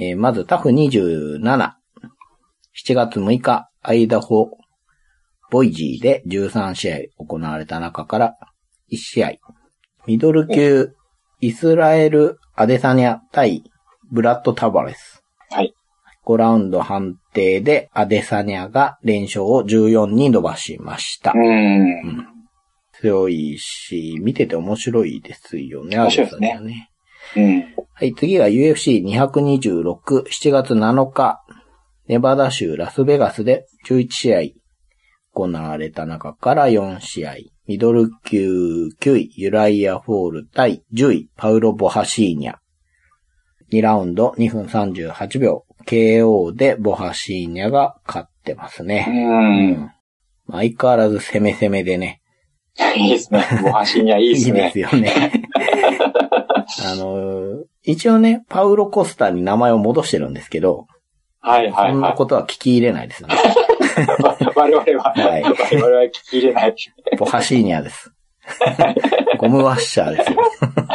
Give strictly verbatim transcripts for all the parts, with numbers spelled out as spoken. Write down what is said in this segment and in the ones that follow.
えー、まずタフにじゅうなな。しちがつむいか、アイダホ、ボイジーでじゅうさんしあい行われた中からいちしあい。ミドル級、イスラエル・アデサニャ対ブラッド・タバレス。 はい。 ごラウンド判定でアデサニャが連勝をじゅうよんに伸ばしました。 うーん。 うん、強いし、見てて面白いですよね。 面白いですね。 ねうん。 はい、次が ユーエフシーにひゃくにじゅうろく、しちがつなのか、ネバダ州ラスベガスでじゅういちしあい行われた中からよんしあい。ミドル級きゅうい、ユライア・フォール対じゅうい、パウロ・ボハシーニャ。にラウンドにふんさんじゅうはちびょう、ケーオー でボハシーニャが勝ってますね。 うん。うん、 相変わらず攻め攻めでね。 いいですね。ボハシーニャいいですね。 いいですよね。あの、一応ね、パウロ・コスタに名前を戻してるんですけど、 はいはいはい。 そんなことは聞き入れないですよね。 我々は、はい、我々は聞き入れない。 ボハシーニャです。ゴムワッシャーですよ。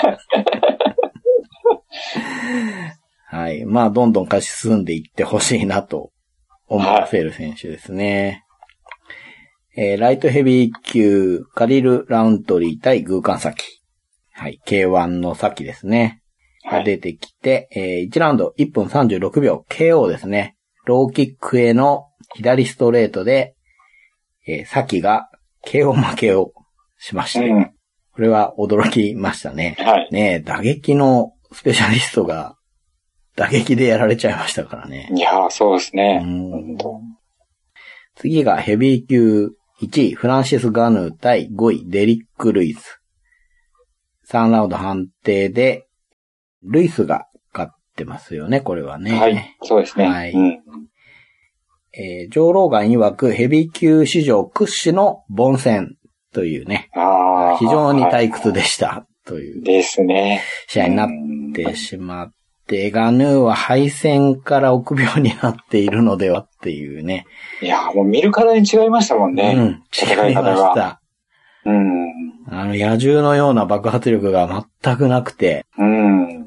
はい。まあ、どんどん勝ち進んでいってほしいなと思わせる選手ですね。はい、えー、ライトヘビー級、カリル・ラウントリー対グーカンサキ。はい。ケーワン のサキですね。が出てきて、はい、えー、いちラウンドいっぷんさんじゅうろくびょう、ケーオー ですね。ローキックへの左ストレートで、えー、サキが ケーオー 負けをしまして、うん、これは驚きましたね。はい。ねえ、打撃のスペシャリストが打撃でやられちゃいましたからね。 いやー、そうですね。うん、 次がヘビー級いちい、フランシス・ガヌー対ごい、デリック・ルイス。さんラウンド判定で、ルイスが勝ってますよね、これはね。 はい、そうですね。 はい。うんえー、ジョー・ローガン曰くヘビー級史上屈指の凡戦というね。あ非常に退屈でした、はい、という。 ですね。 試合になってしまって、ガヌーは敗戦から臆病になっているのではっていうね。 いや、もう見るからに違いましたもんね。うん、 違いました。 うん。 あの、野獣のような爆発力が全くなくて。 うん。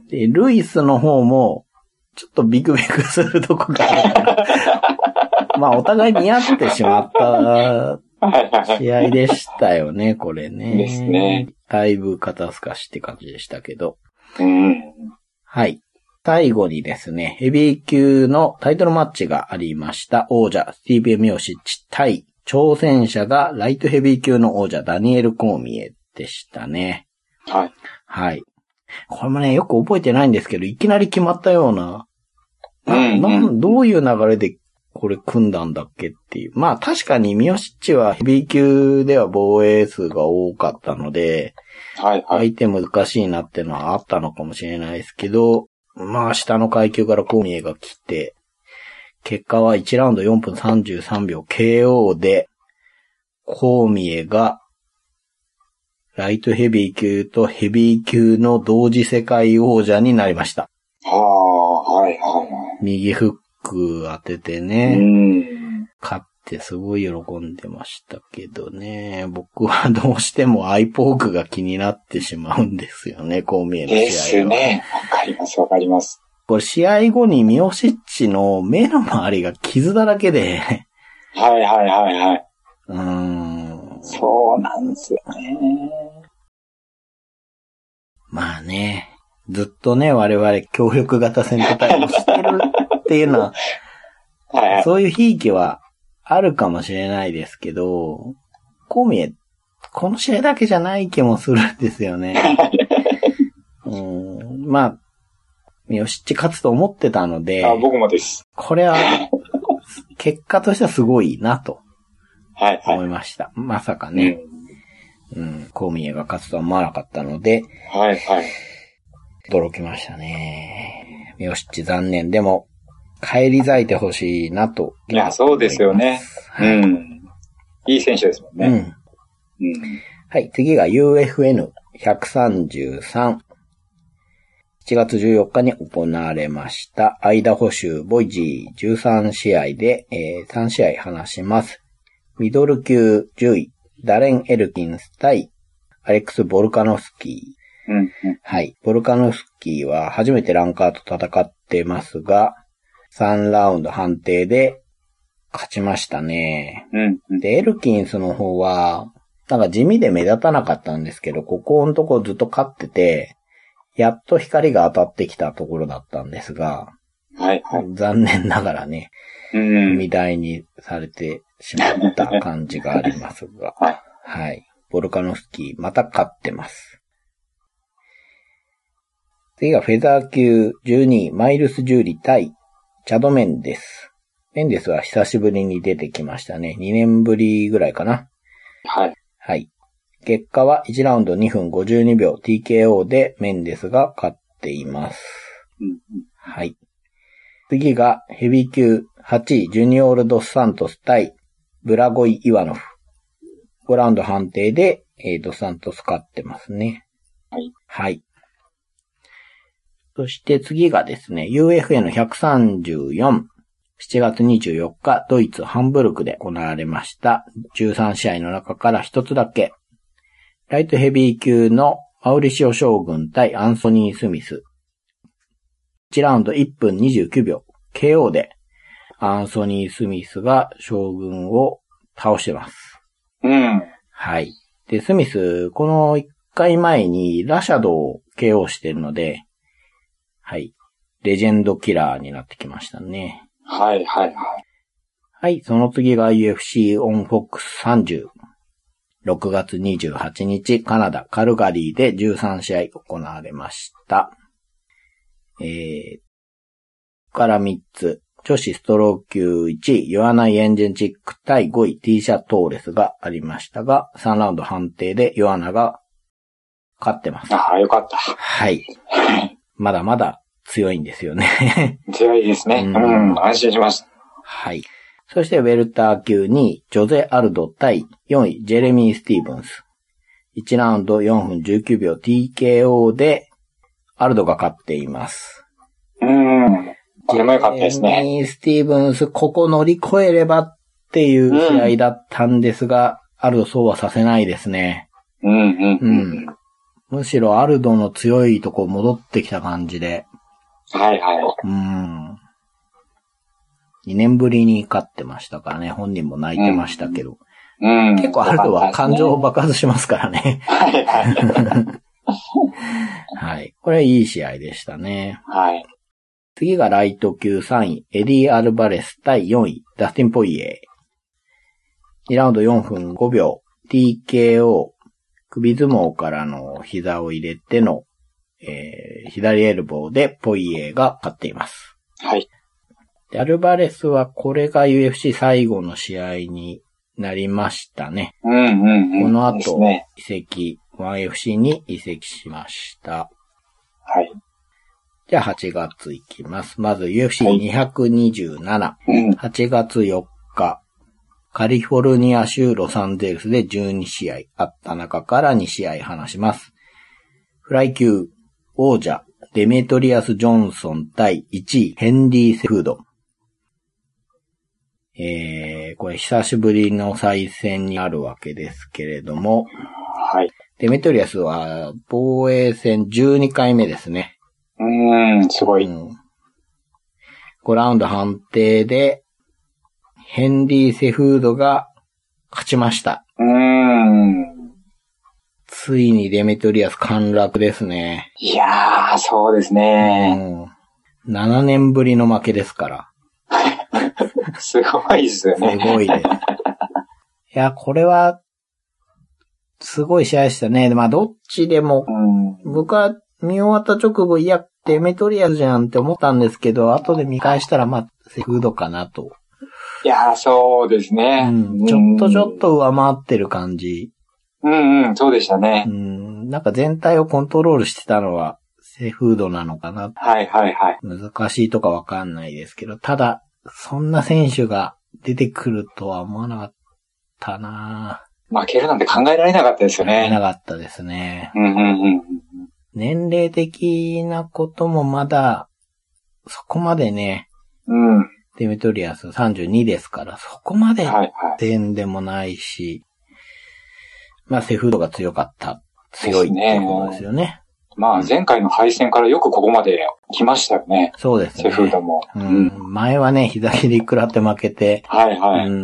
で、ルイスの方も、ちょっとビクビクするとこがあるから。まあ、お互い似合ってしまった試合でしたよね、これね。 ですね。 だいぶ肩透かしって感じでしたけど。 うん。 はい。最後にですね、ヘビー級のタイトルマッチがありました。王者、スティーブ・ミオシッチ対挑戦者がライトヘビー級の王者、ダニエル・コーミエでしたね。 はい。 はい。これもね、よく覚えてないんですけど、いきなり決まったような、な、うんうん、などういう流れでこれ組んだんだっけっていう。まあ確かにミオシッチはヘビー級では防衛数が多かったので、 はいはい。 相手難しいなってのはあったのかもしれないですけど、まあ下の階級からコーミエが来て、結果はいちラウンドよんぷんさんじゅうさんびょう ケーオー で、コーミエがライトヘビー級とヘビー級の同時世界王者になりました。 ああ、はいはい。 右フック当ててね。 うん。 勝ってすごい喜んでましたけどね。僕はどうしてもアイポークが気になってしまうんですよね、コーミエの試合は。 ですね。わかりますわかります。 これ試合後にミオシッチの目の周りが傷だらけで。 はいはいはいはい。 うーん。 そうなんですよね。 まあね。ずっとね、我々協力型戦闘隊をしてるっていうのは、はいはい、そういうひいきはあるかもしれないですけど、コーミエ、この試合だけじゃない気もするんですよね。うん、まあ、ミオシッチ勝つと思ってたので、 あ、僕もです。 これは、結果としてはすごいなと思いました。 はいはい、 まさかね、うんうん、コーミエが勝つとは思わなかったので、 はいはい。 驚きましたね。ミオシッチ残念。でも、帰り咲いてほしいなと。 いや、そうですよね。はい、うん。いい選手ですもんね。 うん。 うん、 はい、次が ユーエフエヌひゃくさんじゅうさん。しちがつじゅうよっかに行われました。アイダホ州ボイジーじゅうさんしあいで、えー、さんしあい話します。ミドル級じゅうい、ダレン・エルキンス対アレックス・ボルカノフスキー。 うんうん、 はい。ボルカノフスキーは初めてランカーと戦っってますが、さんラウンド判定で勝ちましたね。 うん。 で、エルキンスの方は、なんか地味で目立たなかったんですけど、ここのとこずっと勝ってて、やっと光が当たってきたところだったんですが、 はいはい。 残念ながらね、 うん。 踏み台にされてしまった感じがありますが、 はい。 はい。ボルカノフスキー、また勝ってます。次がフェザー級じゅうにい、マイルス・ジューリ対チャド・メンデス。メンデスは久しぶりに出てきましたね。にねんぶりぐらいかな。 はい。 はい。結果はいちラウンドにふんごじゅうにびょう ティーケーオー でメンデスが勝っています。 うん。 はい。次がヘビー級はちい、ジュニオール・ドス・サントス対ブラゴイ・イワノフ。ごラウンド判定で、えー、ドス・サントス勝ってますね。 はい。 はい。そして次がですね、ユーエフエー のひゃくさんじゅうよん、しちがつにじゅうよっか、ドイツ・ハンブルクで行われました。じゅうさんしあいの中からひとつだけ。ライトヘビー級のマウリシオ将軍対アンソニー・スミス。いちラウンドいっぷんにじゅうきゅうびょう、ケーオー でアンソニー・スミスが将軍を倒してます。 うん。 はい。で、スミス、このいっかいまえにラシャドを ケーオー してるので、はい。レジェンドキラーになってきましたね。 はいはいはい。 はい。その次が ユーエフシー オンフォックスさんじゅう。ろくがつにじゅうはちにち、カナダ、カルガリーでじゅうさんしあい行われました。えー、ここからみっつ。女子ストロー級いちい、ヨアナイ・エンジェンチック対ごい、ティーシャ・トーレスがありましたが、さんラウンド判定でヨアナが勝ってます。 ああ、よかった。 はい。まだまだ強いんですよね。 強いですね。 ううんん、安心しました。 はい。そしてウェルター級にい、ジョゼ・アルド対よんい、ジェレミー・スティーブンス。いちラウンドよんふんじゅうきゅうびょう ティーケーオー でアルドが勝っています。 うん。これも良かったですジェレね。 ミー・スティーブンス、ここ乗り越えればっていう試合だったんですが、うん、アルドそうはさせないですね。 うんうんうん。 うん、むしろアルドの強いとこ戻ってきた感じで。 はいはい。 うん。にねんぶりに勝ってましたからね。本人も泣いてましたけど。 うんうん、 結構アルドは感情を爆発しますからね。 はいはい。 はい。これいい試合でしたね。 はい。 次がライト級さんい、エディ・アルバレス対よんい、ダスティン・ポイエー。にラウンドよんふんごびょう、ティーケーオー。首相撲からの膝を入れての、えー、左エルボーでポイエーが勝っています。 はい。 で、アルバレスはこれが ユーエフシー 最後の試合になりましたね。 うんうんうん。 この後、 ね、 移籍、ワンエフシー に移籍しました。 はい。 じゃあはちがついきます。まず ユーエフシーにひゃくにじゅうなな、はい、はちがつよっか、カリフォルニア州ロサンゼルスでじゅうにしあいあった中からにしあい話します。フライ級王者デメトリアス・ジョンソン対いちいヘンリー・セフード。えー、これ久しぶりの再戦にあるわけですけれども、 はい。 デメトリアスは防衛戦じゅうにかいめですね。 うーん、すごい。うん、 ごラウンド判定で、ヘンリー・セフードが勝ちました。 うーん。 ついにデメトリアス陥落ですね。 いやー、そうですね。 うん、ななねんぶりの負けですから。 すごいですよね。 すごいです。いや、これは、すごい試合でしたね。まあ、どっちでも、うん、僕は見終わった直後、いや、デメトリアスじゃんって思ったんですけど、後で見返したら、まあ、セフードかなと。 いやー、そうですね。 うん。ちょっとちょっと上回ってる感じ。 うんうん、そうでしたね。 うん。なんか全体をコントロールしてたのは、セフードなのかな。 はいはいはい。 難しいとかわかんないですけど、ただ、そんな選手が出てくるとは思わなかったなぁ。 負けるなんて考えられなかったですよね。 考えなかったですね。 うんうんうん。 年齢的なこともまだ、そこまでね、 うん。 デメトリアスさんじゅうにですから、そこまで点でもないし、はいはい、まあセフードが強かった、強いっていうことですよね。 まあ前回の敗戦からよくここまで来ましたよね。 そうですね。 セフードも。 うん。前はね、膝切り食らって負けて。 はいはい。 うん。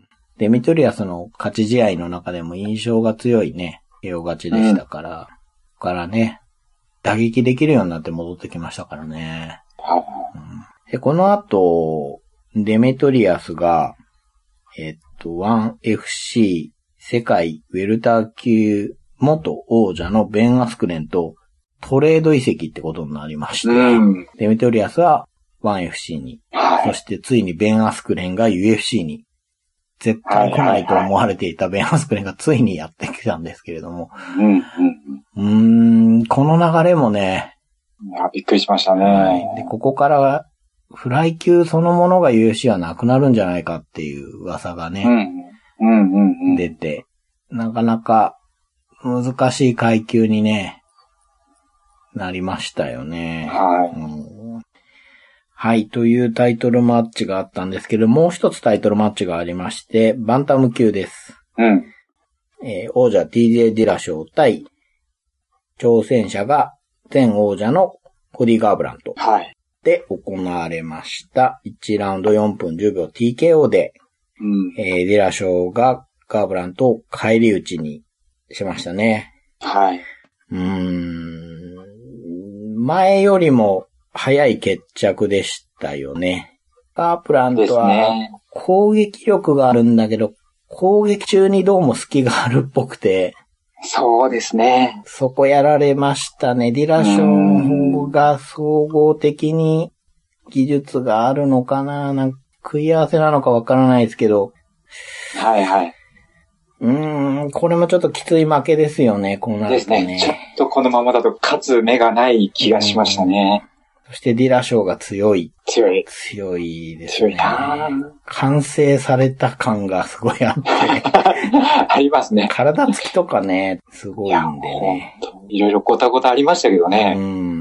デミトリアスの勝ち試合の中でも印象が強いね、ケーオー勝ちでしたから。うん、からね、打撃できるようになって戻ってきましたからね。 はい、うん。 で、この後、デメトリアスが、えっと、ワンエフシー 世界ウェルター級元王者のベン・アスクレンとトレード移籍ってことになりまして、うん、デメトリアスは ワンエフシー に、はい、そしてついにベン・アスクレンが ユーエフシー に、絶対来ないと思われていたベン・アスクレンがついにやってきたんですけれども、うんうん、うーん、この流れもね、 いや、びっくりしましたね。 はい、で、ここからはフライ級そのものが ユーエフシー はなくなるんじゃないかっていう噂がね、 うんうんうんうん、 出て、なかなか難しい階級にね、なりましたよね。 はい、 うん。はい、というタイトルマッチがあったんですけど、もう一つタイトルマッチがありまして、バンタム級です。 うん。 えー、王者 ティージェー ディラショー対、挑戦者が前王者のコディ・ガーブラント。 はい。 で行われました。いちラウンドよんぷんじゅうびょう ティーケーオー で、 うんえー、ディラショーがガーブラントを返り討ちにしましたね。 はい。 うーん。前よりも早い決着でしたよね。ガーブラントは攻撃力があるんだけど、攻撃中にどうも隙があるっぽくて。 そうですね。 そこやられましたね。ディラショーの方が総合的に技術があるのかな、なんか食い合わせなのかわからないですけど。 はいはい。 うーん、これもちょっときつい負けですよね、こうなるとね。 ですね。ちょっとこのままだと勝つ目がない気がしましたね。 そしてディラショーが強い。 強い。 強いですね。 強いな完成された感がすごいあって。 ありますね。 体つきとかね、すごいんでね。 いろいろごたごたありましたけどね。 うん。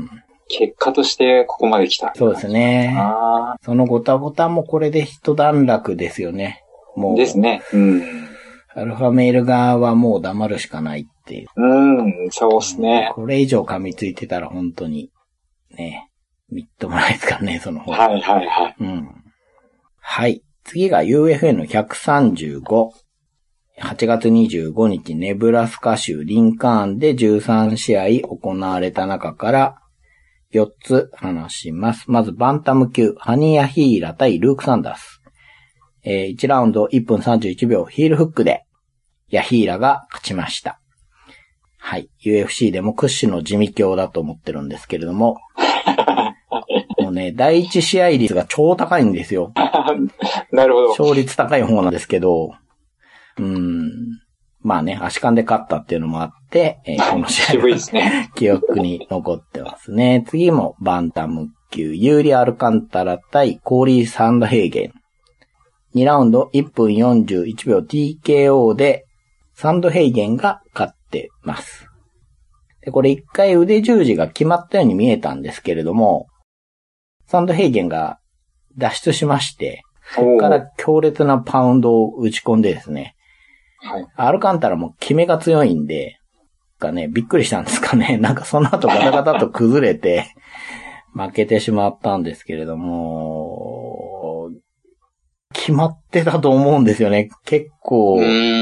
結果としてここまで来た。 そうですね。そのごたごたもこれで一段落ですよね。もう。 ですね。うん。 アルファメール側はもう黙るしかないっていう。 うん、そうですね。 これ以上噛みついてたら本当に、ね、みっともないですからね、その方。 はいはいはい。 うん。はい。次が ユーエフエー のひゃくさんじゅうご。はちがつにじゅうごにち、ネブラスカ州リンカーンでじゅうさんしあい行われた中からよっつ話します。まず、バンタム級、ハニヤヒーラ対ルーク・サンダース。えー、いちラウンドいっぷんさんじゅういちびょうヒールフックで、ヤヒーラが勝ちました。はい。ユーエフシー でも屈指の地味強だと思ってるんですけれども。もうね、だいいち試合率が超高いんですよ。 なるほど。 勝率高い方なんですけど、うーん。まあね、足感で勝ったっていうのもあって、えー、この試合が記憶に残ってますね。次もバンタム級、ユーリ・アルカンタラ対コーリー・サンダヘーゲン。にラウンドいっぷんよんじゅういちびょう ティーケーオー でサンドヘイゲンが勝ってます。で、これ一回腕十字が決まったように見えたんですけれども、サンドヘイゲンが脱出しまして、そこから強烈なパウンドを打ち込んでですね、 はい、 アルカンタラも決めが強いんで、かね、びっくりしたんですかね。なんかその後ガタガタと崩れて負けてしまったんですけれども、決まってたと思うんですよね。結構、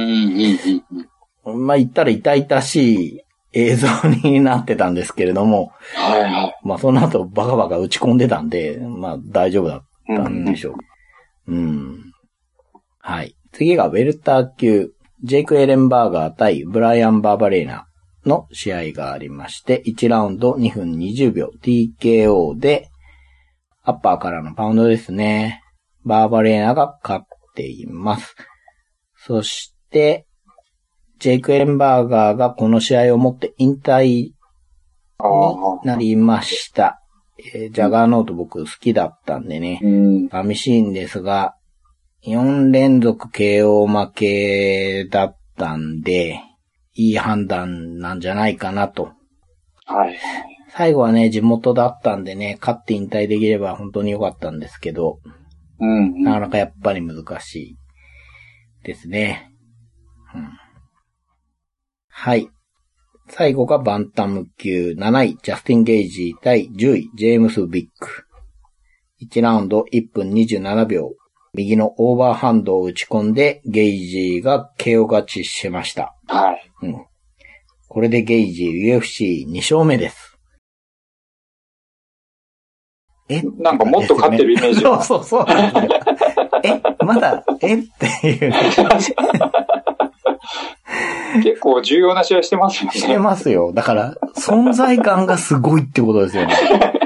まあ言ったら痛々しい映像になってたんですけれども、 はいはい、 まあその後バカバカ打ち込んでたんで、まあ大丈夫だったんでしょう。うん、うん。はい。次がウェルター級、ジェイク・エレンバーガー対ブライアン・バーバレーナの試合がありまして、いちラウンドにふんにじゅうびょう ティーケーオー で、アッパーからのパウンドですね。バーバレーナが勝っています。そして、ジェイク・エレンバーガーがこの試合をもって引退になりました。えー、ジャガーノート僕好きだったんでね。寂しいんですが、よんれんぞく ケーオー 負けだったんで、いい判断なんじゃないかなと。 はい。 最後はね、地元だったんでね、勝って引退できれば本当に良かったんですけど、 うんうん、 なかなかやっぱり難しいですね。うん、はい。 最後がバンタム級なない、ジャスティン・ゲイジー対じゅうい、ジェームス・ビッグ。いちラウンドいっぷんにじゅうななびょう。右のオーバーハンドを打ち込んで、ゲイジーが ケーオー 勝ちしました。 はい。 うん。これでゲイジー ユーエフシーに 勝目です。 えなんかもっと勝ってるイメージ、ね。 そうそうそう。え、まだ、えっていう。 結構重要な試合してますよね。 してますよ。だから、存在感がすごいってことですよね。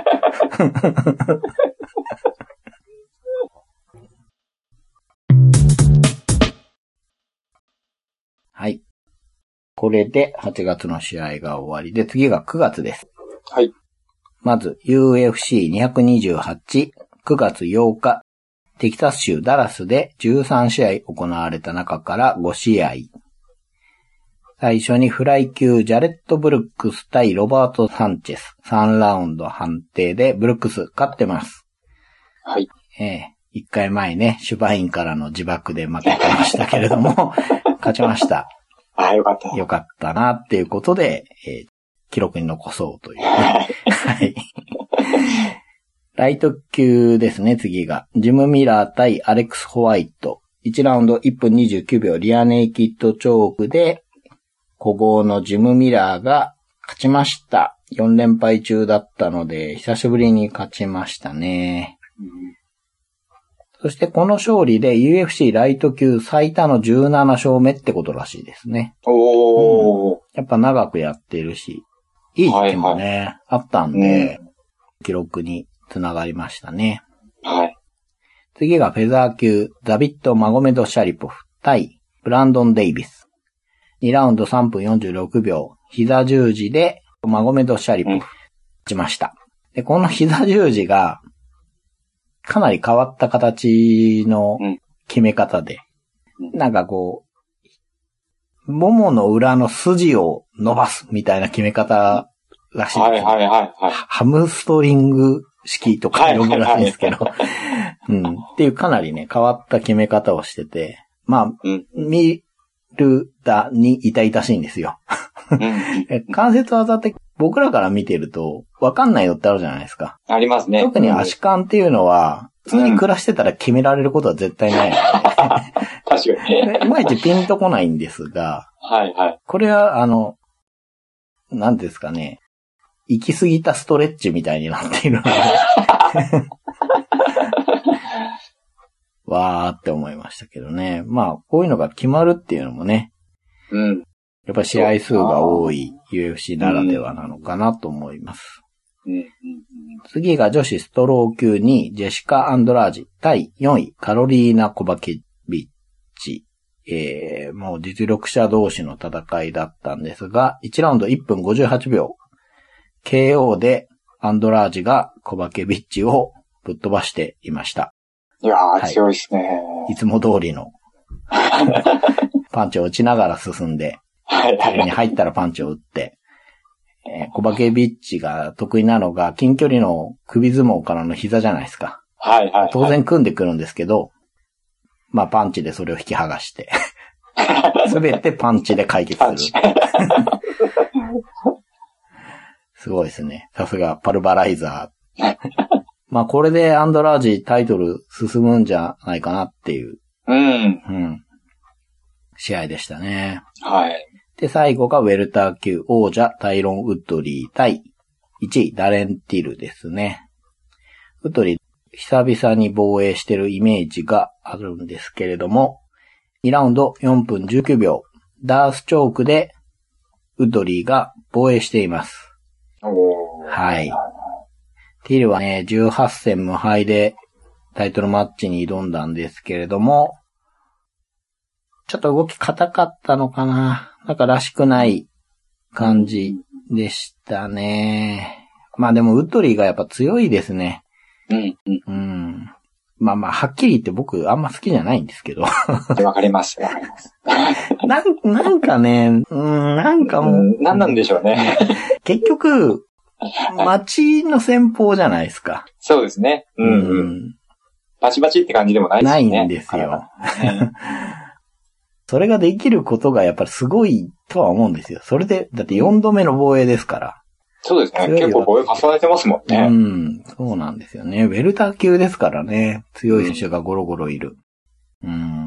はい。これではちがつの試合が終わりで、次がくがつです。 はい。 まず、ユーエフシーにひゃくにじゅうはち、くがつようか、テキサス州ダラスでじゅうさんしあい行われた中からごしあい。最初にフライ級ジャレット・ブルックス対ロバート・サンチェス。さんラウンド判定でブルックス勝ってます。 はい。 ええー、いっかいまえね、シュバインからの自爆で負けてましたけれども、勝ちました。 ああ、よかった。 よかったなっていうことで、えー、記録に残そうという、ね。はい。ライト級ですね、次が。ジム・ミラー対アレックス・ホワイト。いちラウンドいっぷんにじゅうきゅうびょうリアネイキッドチョークで、古豪のジム・ミラーが勝ちました。よんれんぱい中だったので、久しぶりに勝ちましたね。うん、そしてこの勝利で ユーエフシー ライト級最多のじゅうななしょうめってことらしいですね。 おー、うん。 やっぱ長くやってるし、いい時期もね、はいはい、あったんで、うん、記録につながりましたね。 はい。 次がフェザー級、ザビット・マゴメド・シャリポフ対ブランドン・デイビス。にラウンドさんぷんよんじゅうろくびょう、膝十字でマゴメド・シャリポフ、勝ちました。で、この膝十字が、かなり変わった形の決め方で、うん、なんかこう、ももの裏の筋を伸ばすみたいな決め方らしいです、ね。 はいはいはいはい。 ハムストリング式とか呼ぶらしいんですけど、うん。っていうかなりね、変わった決め方をしてて、まあ、うん、見るだに痛々しいんですよ。関節技って僕らから見てると分かんないのってあるじゃないですか。 ありますね。 特に足感っていうのは、普通に暮らしてたら決められることは絶対ない、ね。 確かに。 いまいちピンとこないんですが、 はいはい。 これはあの、なんですかね、行き過ぎたストレッチみたいになっているので、わーって思いましたけどね。まあ、こういうのが決まるっていうのもね、 うん。 やっぱり試合数が多い ユーエフシー ならではなのかなと思います。 うんうんうん、 次が女子ストロー級にジェシカ・アンドラージ対よんいカロリーナ・コバケビッチ。えー、もう実力者同士の戦いだったんですが、いちラウンドいっぷんごじゅうはちびょう。ケーオー でアンドラージがコバケビッチをぶっ飛ばしていました。 いやー、はい、強いですね。 いつも通りのパンチを打ちながら進んで、手に入ったらパンチを打って、えー、コバケビッチが得意なのが近距離の首相撲からの膝じゃないですか。 はいはい、はい。 当然組んでくるんですけど、まあパンチでそれを引き剥がして、すべてパンチで解決する。すごいですね。さすがパルバライザー。まあこれでアンドラージタイトル進むんじゃないかなっていう、 うん、うん、試合でしたね。 はい。 で、最後がウェルター級王者タイロン・ウッドリー対いちいダレン・ティルですね。ウッドリー久々に防衛してるイメージがあるんですけれども、にラウンドよんぷんじゅうきゅうびょう、ダースチョークでウッドリーが防衛しています。 おー、 はい。ティルはね、じゅうはっせん無敗でタイトルマッチに挑んだんですけれども、ちょっと動き硬かったのかな。なんからしくない感じでしたね。まあでもウッドリーがやっぱ強いですね。 うん、うん。 うん。まあまあ、はっきり言って僕あんま好きじゃないんですけど。 わかります、わかります。 なん、なんかね、うん、なんかもう。 なんなんでしょうね。 結局、街の戦法じゃないですか。 そうですね。うん、うん。バチバチって感じでもないですね。 ないんですよ。それができることがやっぱりすごいっとは思うんですよ。それで、だってよんどめの防衛ですから。 そうですね。結構防衛重ねてますもんね。 うん、そうなんですよね。ウェルター級ですからね。強い選手がゴロゴロいる。うん。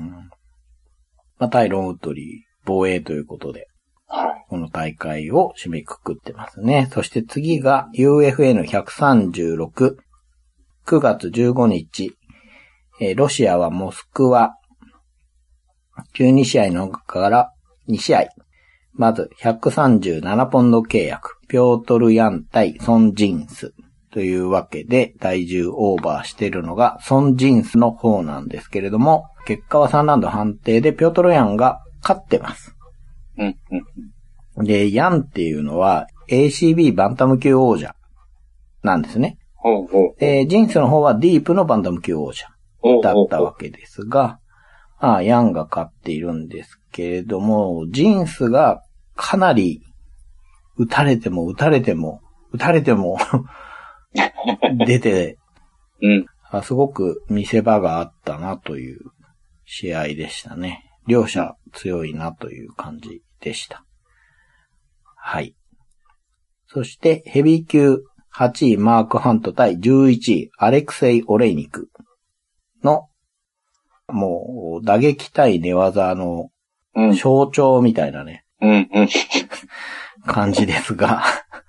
まあ、対ロンウッドリー防衛ということで。 はい。 この大会を締めくくってますね。そして次が ユーエフエヌひゃくさんじゅうろく。くがつじゅうごにち。えー、ロシアはモスクワ。じゅうにしあいの中からにしあい。まずひゃくさんじゅうななポンド契約。ピョートルヤン対ソンジンス。というわけで体重オーバーしているのがソンジンスの方なんですけれども、結果はさんラウンド判定でピョートルヤンが勝ってます。 うんうん、 で、ヤンっていうのは エーシービー バンタム級王者なんですね。 ほうほうで、ジンスの方はディープのバンタム級王者だったわけですが、まあ、ヤンが勝っているんですけれども、ジンスがかなり打たれても打たれても打たれても出て、 うん、 すごく見せ場があったなという試合でしたね。両者強いなという感じでした。はい。そしてヘビー級はちいマークハント対じゅういちいアレクセイ・オレイニクのもう打撃対寝技の象徴みたいなね、 うんうん、 感じですが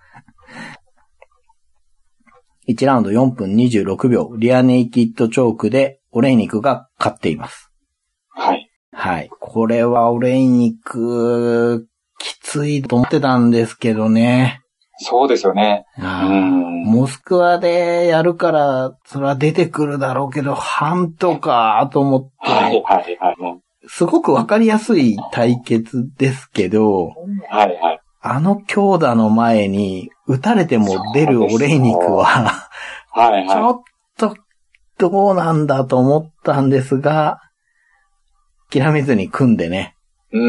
いちラウンドよんぷんにじゅうろくびょうリアネイキッドチョークでオレイニクが勝っています。 はい。 はい。これはオレイニクきついと思ってたんですけどね。 そうですよね。 あうんモスクワでやるから、それは出てくるだろうけど、ハントかと思って。 はいはいはい。 すごくわかりやすい対決ですけど、 はいはい。 あの強打の前に、打たれても出るオレイニクは、 はいはい。 ちょっとどうなんだと思ったんですが、諦めずに組んでね。 うん。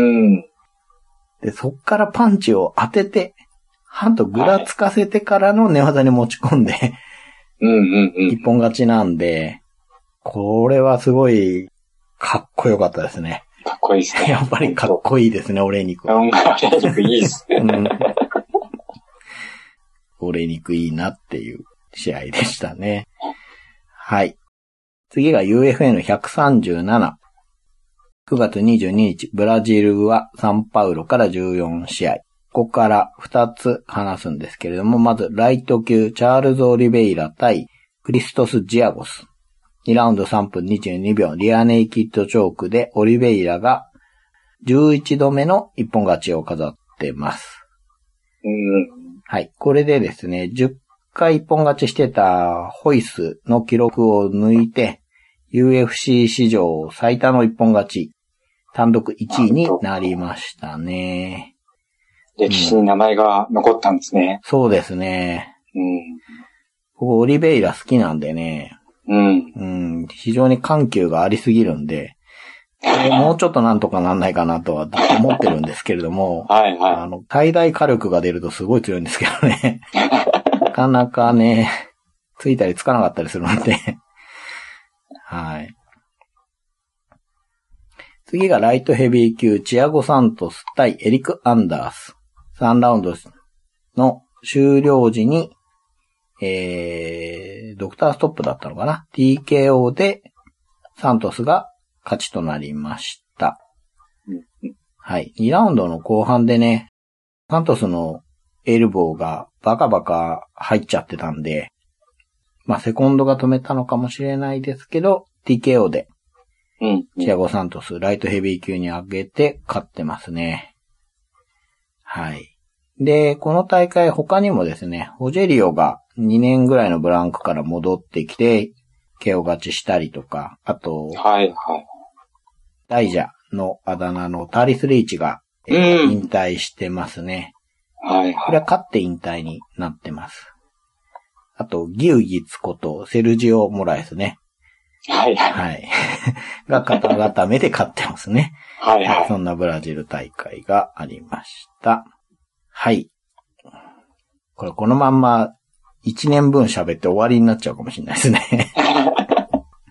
で、そっからパンチを当てて、ハントぐらつかせてからの寝技に持ち込んで、 うんうんうん。 一本勝ちなんで、これはすごいかっこよかったですね。 かっこいいですね。 やっぱりかっこいいですね、オレイニク。 オレイニクいいですね。うん、 オレイニクいいなっていう試合でしたね。はい。次が ユーエフエヌひゃくさんじゅうなな。くがつにじゅうににち、ブラジルはサンパウロからじゅうよんしあい。ここからふたつ話すんですけれども、まず、ライト級、チャールズ・オリベイラ対クリストス・ジアゴス。にラウンドさんぷんにじゅうにびょう、リアネイキッドチョークで、オリベイラがじゅういちどめの一本勝ちを飾ってます。 うん、 はい。これでですね、じゅっかい一本勝ちしてたホイスの記録を抜いて、ユーエフシー 史上最多の一本勝ち、単独いちいになりましたね。 歴史に名前が残ったんですね。 うん、そうですね。 うん。 僕、オリベイラ好きなんでね。 うん。 うん。非常に緩急がありすぎるんで、もうちょっとなんとかなんないかなとは思ってるんですけれども。 はいはい。 あの、最大火力が出るとすごい強いんですけどね。なかなかね、ついたりつかなかったりするんで。はい。次がライトヘビー級、チアゴ・サントス対エリク・アンダース。さんラウンドの終了時に、えー、ドクターストップだったのかな ?ティーケーオー でサントスが勝ちとなりました。はい。にラウンドの後半でね、サントスのエルボーがバカバカ入っちゃってたんで、まあ、セコンドが止めたのかもしれないですけど、ティーケーオー で、チアゴ・サントス、ライトヘビー級に上げて勝ってますね。はい。で、この大会他にもですね、ホジェリオがにねんぐらいのブランクから戻ってきて、ケーオー勝ちしたりとか、あと、 はいはい。 ダイジャのあだ名のターリス・リーチが、うん、引退してますね。 はいはい。 これは勝って引退になってます。あと、ギウギツことセルジオ・モラエスね。 はいはい。 はい。が肩固めで勝ってますね。 はいはい。 そんなブラジル大会がありました。はい。これこのまんまいちねんぶん喋って終わりになっちゃうかもしれないですね。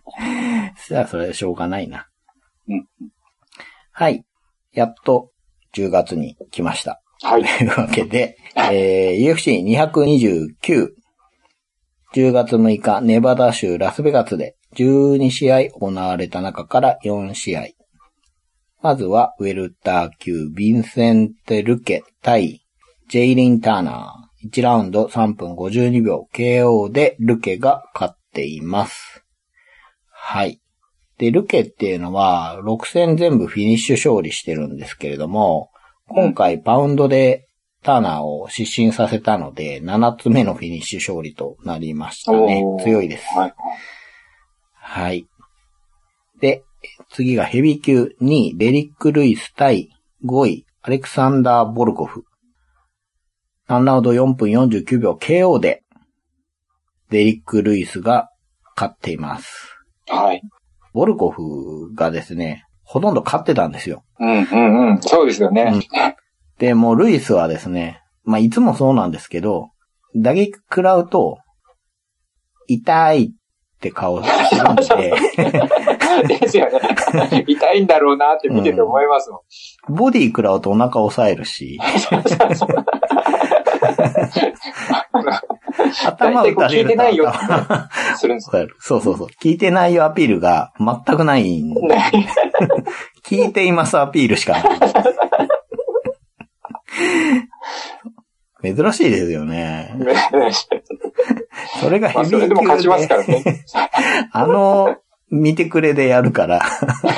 さあ、それはしょうがないな。 うん、 はい。やっとじゅうがつに来ました。 はい。 というわけで、えー、ユーエフシーにひゃくにじゅうきゅう、じゅうがつむいか、ネバダ州ラスベガスでじゅうにしあい行われた中からよんしあい。まずは、ウェルター級、ヴィンセンテ・ルケ対ジェイリン・ターナー。いちラウンドさんぷんごじゅうにびょう ケーオー でルケが勝っています。はい。で、ルケっていうのは、ろくせん全部フィニッシュ勝利してるんですけれども、今回パウンドでターナーを失神させたので、ななつめのフィニッシュ勝利となりましたね。強いです。はい。はい。で、次がヘビー級にい、デリック・ルイス対ごい、アレクサンダー・ボルコフ。さんラウンドよんぷんよんじゅうきゅうびょう ケーオー で、デリック・ルイスが勝っています。 はい。 ボルコフがですね、ほとんど勝ってたんですよ。 うんうんうん。そうですよね。うん、 で、もうルイスはですね、まあいつもそうなんですけど、打撃食らうと、痛いって顔するんで。 ですよね。痛いんだろうなって見てて思いますもん。 うん、ボディ食らうとお腹押さえるし。頭打たれると聞いてないよするんです。そうそうそう。聞いてないよアピールが全くないんで。聞いていますアピールしかない。珍しいですよね。それがヘビー級で。まあ、それでも勝ちますからね。あの、見てくれでやるから。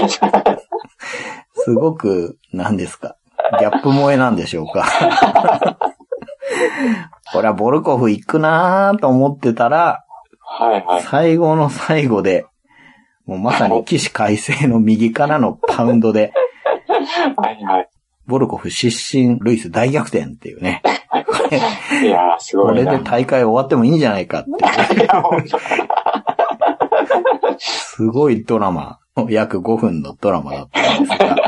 すごく、何ですか。ギャップ萌えなんでしょうか。これはボルコフ行くなーと思ってたら、 はいはい、 最後の最後で、もうまさに起死回生の右からのパウンドで、 はいはい、 ボルコフ失神、ルイス大逆転っていうね。 いやーすごいな。 これで大会終わってもいいんじゃないかって。すごいドラマ、約ごふんのドラマだったんですが、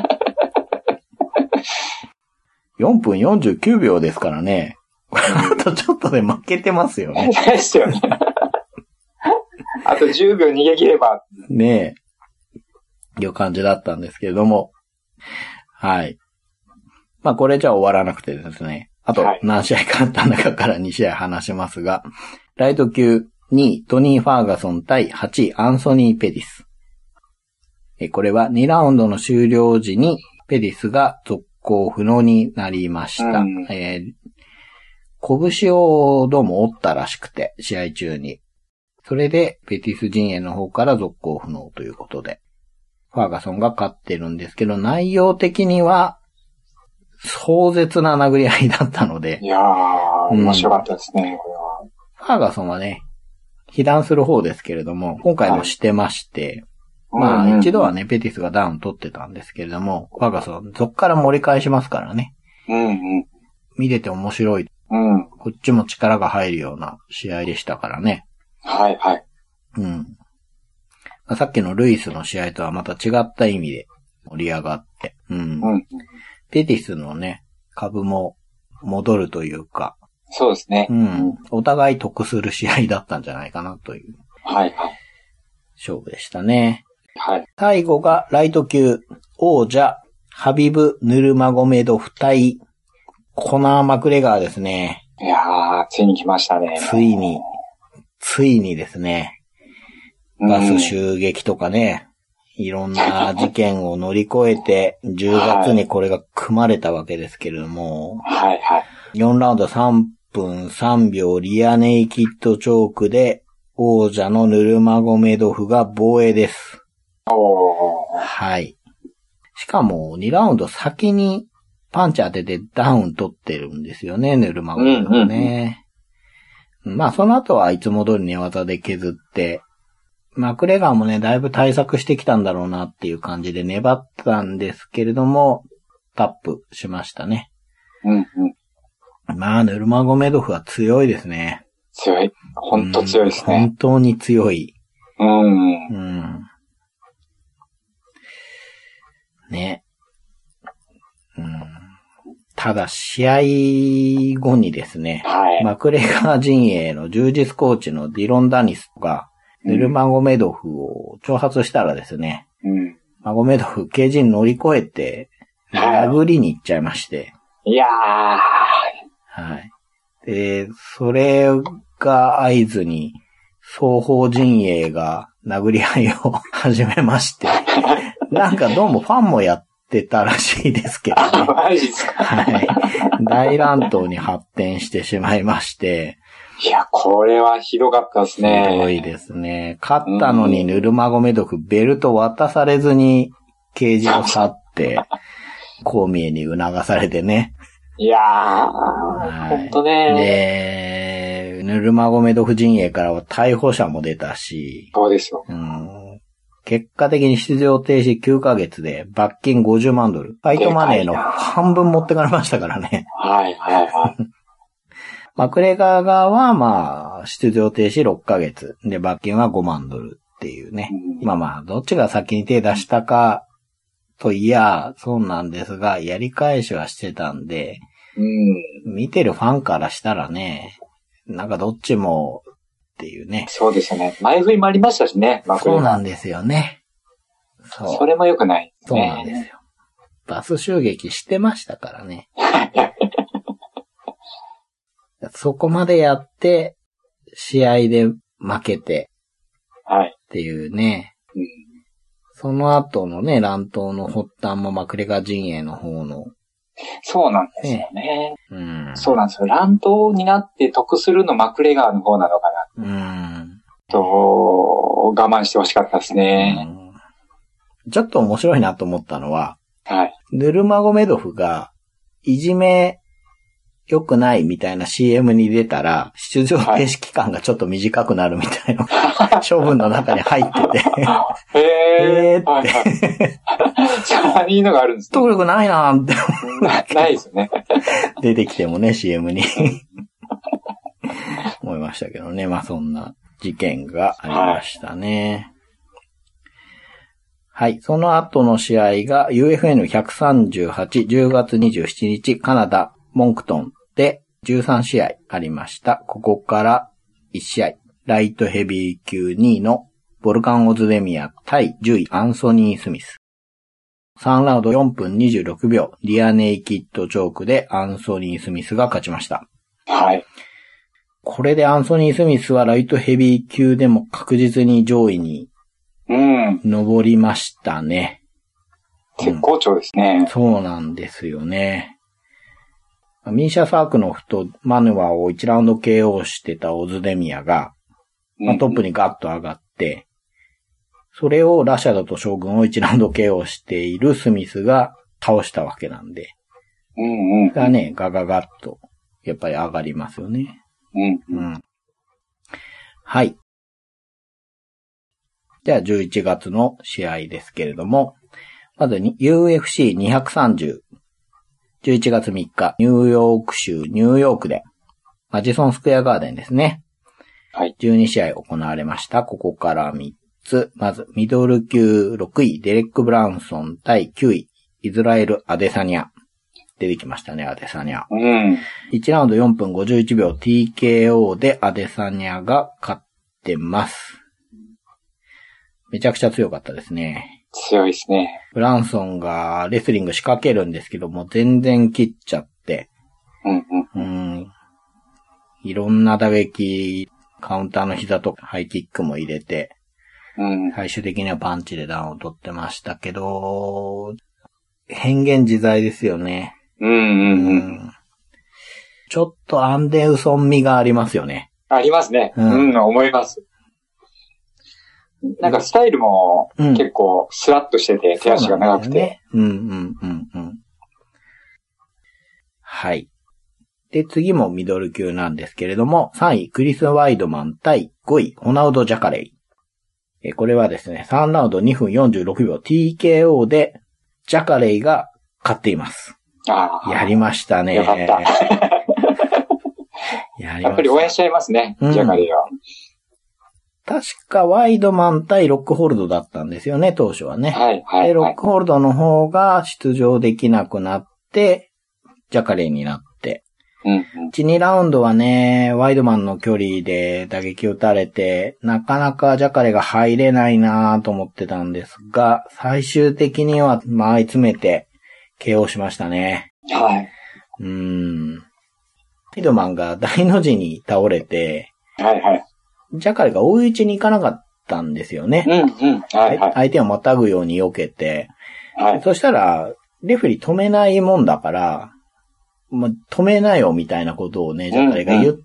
よんぷんよんじゅうきゅうびょうですからね。あとちょっとで負けてますよね。 ですよね。あとじゅうびょう逃げ切れば。 ねえ。いう感じだったんですけれども。はい。まあこれじゃ終わらなくてですね。あと何試合かあった中からにしあい話しますが。ライト級にい、トニー・ファーガソン対はちい、アンソニー・ペディス。えこれはにラウンドの終了時にペディスが続行不能になりました。うん、えー拳をどうも折ったらしくて、試合中に。それで、ペティス陣営の方から続行不能ということで、ファーガソンが勝ってるんですけど、内容的には、壮絶な殴り合いだったので。 いやー、面白かったですね、うん、これは。 ファーガソンはね、被弾する方ですけれども、今回もしてまして、はい、まあ、一度はね、ペティスがダウン取ってたんですけれども、ファーガソン、そっから盛り返しますからね。 うんうん、 見てて面白い。うん。こっちも力が入るような試合でしたからね。 はいはい。 うん。さっきのルイスの試合とはまた違った意味で盛り上がって。うん。うん、ペティスのね、株も戻るというか。 そうですね。 うん。お互い得する試合だったんじゃないかなという。 はいはい。 勝負でしたね。 はい。 最後がライト級王者ハビブ・ヌルマゴメドフ対コナー・マクレガーですね。 いやー、ついに来ましたね。 ついに、ついにですね。バス襲撃とかね、いろんな事件を乗り越えて、じゅうがつにこれが組まれたわけですけれども、 はいはい。 よんラウンドさんぷんさんびょうリアネイキッドチョークで、王者のヌルマゴメドフが防衛です。 おー。 はい。しかも、にラウンド先に、パンチ当ててダウン取ってるんですよね、ヌルマゴメドフね。うんうんうん、まあ、その後はいつも通り寝技で削って、マクレガーもね、だいぶ対策してきたんだろうなっていう感じで粘ったんですけれども、タップしましたね。 うんうん。 まあ、ヌルマゴメドフは強いですね。 強い。本当強いですね。 本当に強い。 うん。 うん。ね。うん。ただ、試合後にですね、 はい、 マクレガー陣営の柔術コーチのディロン・ダニスが、ヌルマゴメドフを挑発したらですね、 うん、 マゴメドフ、ケージに乗り越えて、 殴りに行っちゃいまして。 いやー。 はい。で、それが合図に、双方陣営が殴り合いを始めまして、なんかどうもファンもやってたらしいですけどね。 マジですか。 はい。大乱闘に発展してしまいまして、 いや、これはひどかったですね。 ひどいですね。勝ったのにヌルマゴメドフ、ベルト渡されずにケージを去って、コーミエに促されてね。 いやー、ほんとね。 で、ヌルマゴメドフ陣営からは逮捕者も出たし、 そうですよ。 うん、結果的に出場停止きゅうかげつで罰金ごじゅうまんドル。ファイトマネーの半分持ってかれましたからね。 はいはいはい。 マクレガー側はまあ、出場停止ろっかげつ。で、罰金はごまんドルっていうね。うん、まあまあ、どっちが先に手出したかといや、そうなんですが、やり返しはしてたんで、うん、見てるファンからしたらね、なんかどっちもっていうね。 そうですよね。前振りもありましたしね、マクレガー。 そうなんですよね。 そう。それも良くない、ね。 そうなんですよ。バス襲撃してましたからね。そこまでやって、試合で負けて、 はい。 っていうね。 うん、 その後のね、乱闘の発端もマクレガ陣営の方の。 そうなんですよね。ねうん、 そうなんですよ。乱闘になって得するのマクレガーの方なのかな。 うん。 と、我慢してほしかったですね、 うん。ちょっと面白いなと思ったのは、 はい。 ヌルマゴメドフが、いじめ、良くないみたいな シーエム に出たら、出場停止期間がちょっと短くなるみたいな、はい、処分の中に入ってて。 へー。 えーって。はいはい、 そういうのがあるんですね。 登録ないなーってな。ないですね。 出てきてもね、シーエム に。思いましたけどね。まあそんな事件がありましたね。はい。はい。その後の試合が ユーエフエヌひゃくさんじゅうはち、じゅうがつにじゅうしちにち、カナダ、モンクトンでじゅうさんしあいありました。ここからいちしあい。ライトヘビー級にいのボルカン・オズデミア対じゅういアンソニー・スミス。さんラウンドよんぷんにじゅうろくびょう、リアネイキッドチョークでアンソニー・スミスが勝ちました。 はい。 これでアンソニー・スミスはライトヘビー級でも確実に上位に上りましたね。 うん、絶好調ですね、 うん。そうなんですよね。ミーシャ・サークノフとマヌワをいちラウンド ケーオー してたオズデミアが、まあ、トップにガッと上がって、それをラシャドと将軍をいちラウンド ケーオー しているスミスが倒したわけなんで。 うんうん。 それがね、ガガガッと、やっぱり上がりますよね。 うんうん。はい。じゃあじゅういちがつの試合ですけれども、まず ユーエフシーにひゃくさんじゅう。じゅういちがつみっか、ニューヨーク州ニューヨークで、マジソンスクエアガーデンですね。 はい。 じゅうにしあい行われました。ここからみっつ。まず、ミドル級ろくい、デレック・ブラウンソン対きゅうい、イズラエル・アデサニア。出てきましたね、アデサニア。 うん。 いちラウンドよんぷんごじゅういちびょう ティーケーオー でアデサニアが勝ってます。めちゃくちゃ強かったですね。 強いですね。 ブランソンがレスリング仕掛けるんですけども、全然切っちゃって。 うんうん。 うん。いろんな打撃、カウンターの膝とハイキックも入れて、 うん、 最終的にはパンチでダウンを取ってましたけど、変幻自在ですよね。 うんうんうん。うん、 ちょっとアンデウソン味がありますよね。 ありますね。うん、うん、思います。なんかスタイルも結構スラッとしてて、うん、手足が長くて。 う, ね、うんうんうんうん。はい。で、次もミドル級なんですけれども、さんいクリス・ワイドマン対ごいホナウド・ジャカレイ。え、これはですね、さんラウンドにふんよんじゅうろくびょう ティーケーオー でジャカレイが勝っています。 ああ。 やりましたね。 よかった。やりました。やっぱり応援しちゃいますね、うん、ジャカレイは。 確かワイドマン対ロックホールドだったんですよね、当初はね。 はいはい、はい。 で、ロックホールドの方が出場できなくなって、ジャカレイになって。 うんうん、 いち、にラウンドはね、ワイドマンの距離で打撃打たれて、なかなかジャカレイが入れないなと思ってたんですが、最終的には回り詰めて、 ケーオー しましたね。 はい。 うーん。フィドマンが大の字に倒れて、 はいはい。 ジャカレが追い打ちに行かなかったんですよね。 うんうん。はいはい。 相手をまたぐように避けて、 はい。 そしたら、レフェリー止めないもんだから、まあ、止めなよみたいなことをね、ジャカレが言って、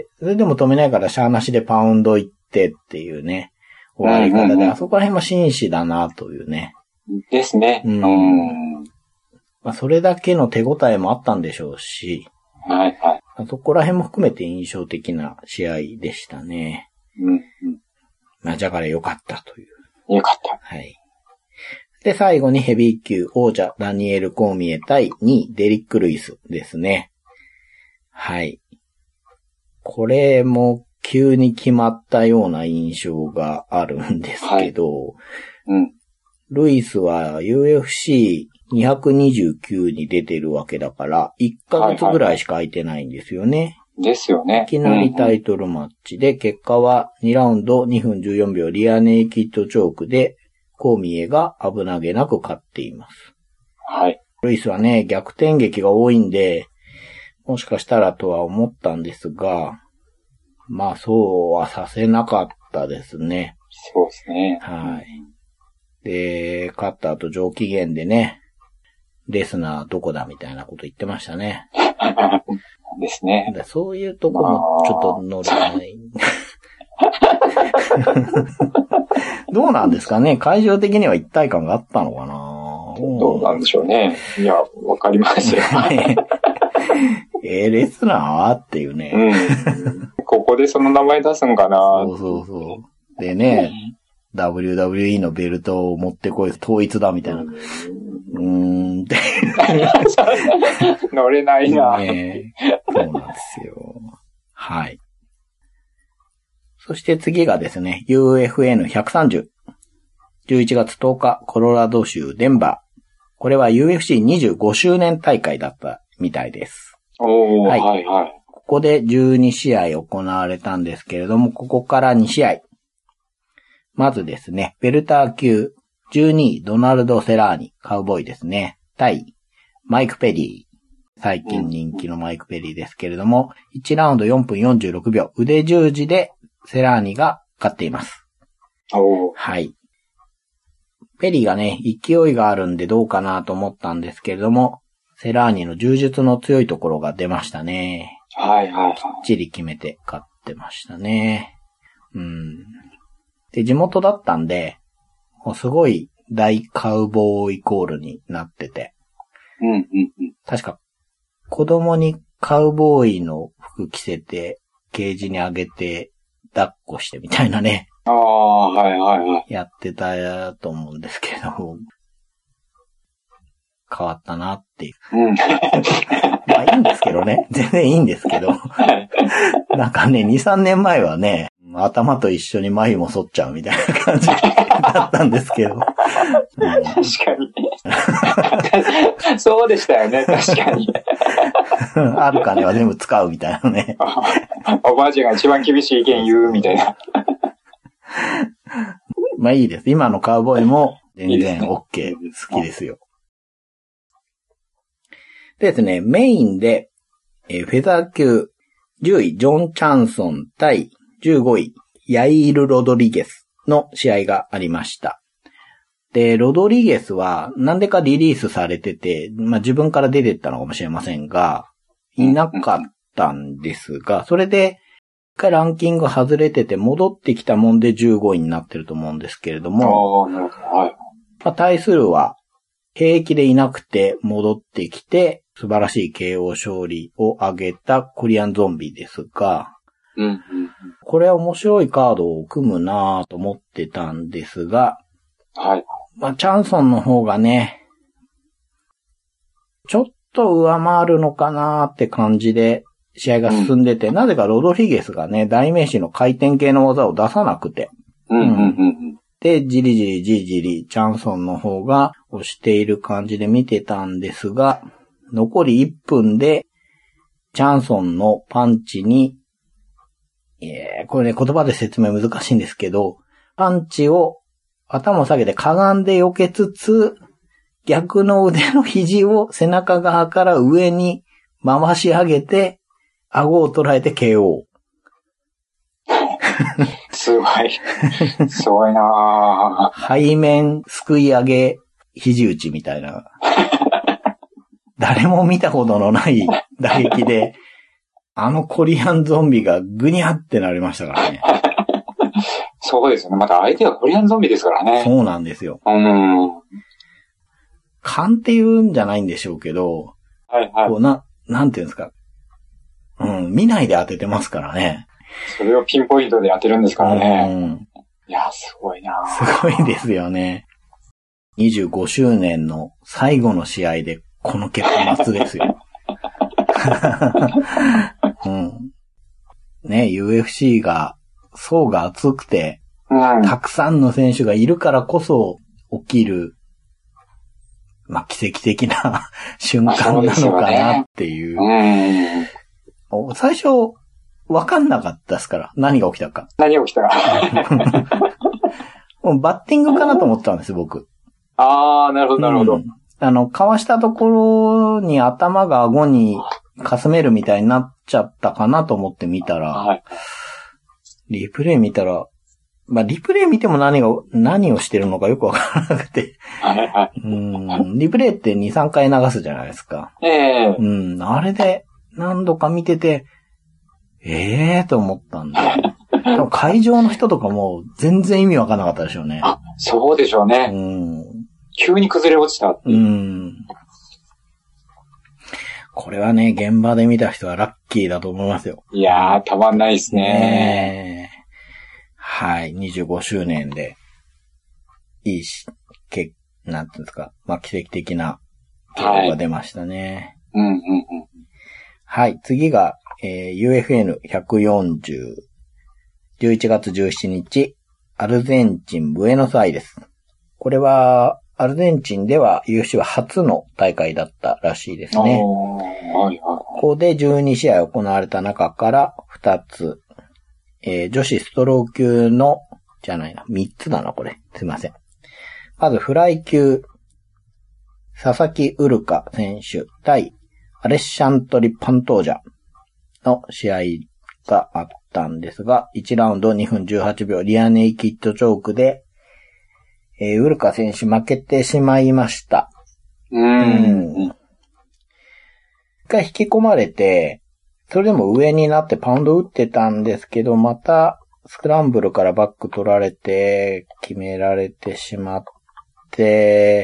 うんうん、それでも止めないからシャーなしでパウンド行ってっていうね、終わり方で、うんうんうん、あそこら辺も紳士だなというね。 ですね。 うん。うんまあ、それだけの手応えもあったんでしょうし、 はいはい。 そこら辺も含めて印象的な試合でしたね。 うんうん。 まあ、ジャカレ良かったという。 良かった。 はい。で、最後にヘビー級王者ダニエル・コーミエ対にいデリック・ルイスですね。はい。これも急に決まったような印象があるんですけど、はいうん、ルイスは ユーエフシーにひゃくにじゅうきゅう に出てるわけだから、いっかげつぐらいしか空いてないんですよね。はいはいですよね。 いきなりタイトルマッチで、結果はにラウンドにふんじゅうよんびょうリアネイキッドチョークで、コーミエが危なげなく勝っています。 はい。 ルイスはね、逆転劇が多いんで、もしかしたらとは思ったんですが、まあそうはさせなかったですね。 そうですね。 はい。で、勝った後上機嫌でね、レスナーどこだみたいなこと言ってましたね。 ですね。 そういうとこもちょっと乗れない。どうなんですかね会場的には一体感があったのかなどうなんでしょうね。いや、わかりますよ。 えー、レスナーっていうね、 うん。ここでその名前出すんかなそうそうそう。でね、ダブリューダブリューイー のベルトを持ってこい、統一だみたいな。うんうーんって。 乗れないな、 ね。そうなんですよ。はい。そして次がですね、ユーエフエヌひゃくさんじゅう。じゅういちがつとおか、コロラド州デンバー。これは ユーエフシーにじゅうごしゅうねん大会だったみたいです。 おー、はい、はいはい。 ここでじゅうにしあい行われたんですけれども、ここからにしあい。まずですね、ベルター級じゅうにいドナルド・セラーニ、カウボーイですね。対マイク・ペリー。最近人気のマイク・ペリーですけれども、いちラウンドよんぷんよんじゅうろくびょう、腕十字でセラーニが勝っています。 おー。 はい。ペリーがね、勢いがあるんでどうかなと思ったんですけれども、セラーニの柔術の強いところが出ましたね。 はいはいはい。きっちり決めて勝ってましたね。うん。で、地元だったんで、もうすごい大カウボーイコールになってて。 うんうんうん。 確か、子供にカウボーイの服着せて、ケージにあげて、抱っこしてみたいなね。 ああ、はいはいはい。 やってたと思うんですけど、変わったなっていう。 うん。 まあいいんですけどね。全然いいんですけど。なんかね、に、さんねんまえはね、頭と一緒に眉も剃っちゃうみたいな感じだったんですけど。うん、確かに。そうでしたよね、確かに。 ある金は全部使うみたいなね。 おばあちゃんが一番厳しい意見言うみたいな。 まあいいです。今のカウボーイも全然 OK。好きですよ。でですね、メインで、えー、フェザー級じゅういジョン・チャンソン対じゅうごいヤイール・ロドリゲスの試合がありました。で、ロドリゲスはなんでかリリースされてて、まあ自分から出てったのかもしれませんが、いなかったんですが、それで一回ランキング外れてて戻ってきたもんでじゅうごいになってると思うんですけれども、 ああ、なるほど。はい。 まあ、対するは平気でいなくて戻ってきて素晴らしい ケーオー 勝利を挙げたコリアンゾンビですが、 うんうんうん、 これは面白いカードを組むなぁと思ってたんですが、 はい。 まあ、チャンソンの方がね、ちょっと上回るのかなーって感じで試合が進んでて、うん、なぜかロドリゲスがね、代名詞の回転系の技を出さなくて、 うんうんうんうん、 で、じりじりじりじりチャンソンの方が押している感じで見てたんですが、残りいっぷんで、チャンソンのパンチに、えー、これね、言葉で説明難しいんですけど、パンチを頭を下げてかがんで避けつつ、 逆の腕の肘を背中側から上に回し上げて、顎を捉えて ケーオー。 すごい。すごいなぁ。 背面すくい上げ肘打ちみたいな。誰も見たことのない打撃で、あのコリアンゾンビがグニャってなりましたからね。 そうですよね。また相手はコリアンゾンビですからね。 そうなんですよ。 うん。 勘って言うんじゃないんでしょうけど、 はいはい。 こうな、なんていうんですか。うん、見ないで当ててますからね。 それをピンポイントで当てるんですからね。 うん、 いや、すごいな。 すごいですよね。にじゅうごしゅうねんの最後の試合でこの結末ですよ。うん、ね、ユーエフシー が層が厚くて、 うん、 たくさんの選手がいるからこそ起きる、まあ、奇跡的な瞬間なのかなっていう。 ね、 うん、最初、わかんなかったですから。何が起きたか。 何が起きたか。 もうバッティングかなと思ってたんです、僕。 あー、なるほど、なるほど、うん。 あの、かわしたところに頭が顎にかすめるみたいになっちゃったかなと思って見たら、はい、リプレイ見たら、まあ、リプレイ見ても何が、何をしてるのかよくわからなくて。 はいはい、 うん、リプレイってに、さんかい流すじゃないですか。 ええー。 うん、あれで何度か見てて、ええーと思ったんで。会場の人とかも全然意味わかんなかったでしょうね。 あ、そうでしょうね。 うん、 急に崩れ落ちたって。 うん。これはね、現場で見た人はラッキーだと思いますよ。 いやー、たまんないですね。 ねはい、にじゅうごしゅうねんで、いいし、け、なんていうんですか、まあ、奇跡的な結果が出ましたね。 はい、うんうんうん。 はい、次が、えー、ユーエフエヌひゃくよんじゅう、じゅういちがつじゅうしちにち、アルゼンチン、ブエノスアイレス。これは、アルゼンチンでは ユーエフシー は初の大会だったらしいですね。 はいはい、 ここでじゅうにしあい行われた中からふたつ、えー、女子ストロー級の、じゃないな、みっつだな、これ。すいません。まず、フライ級、佐々木ウルカ選手対アレッシャントリ・パントージャの試合があったんですが、いちラウンドにふんじゅうはちびょう、リアネイキッドチョークで、えー、ウルカ選手負けてしまいました。 うーん。 一回引き込まれて、それでも上になってパウンド打ってたんですけど、またスクランブルからバック取られて、決められてしまって、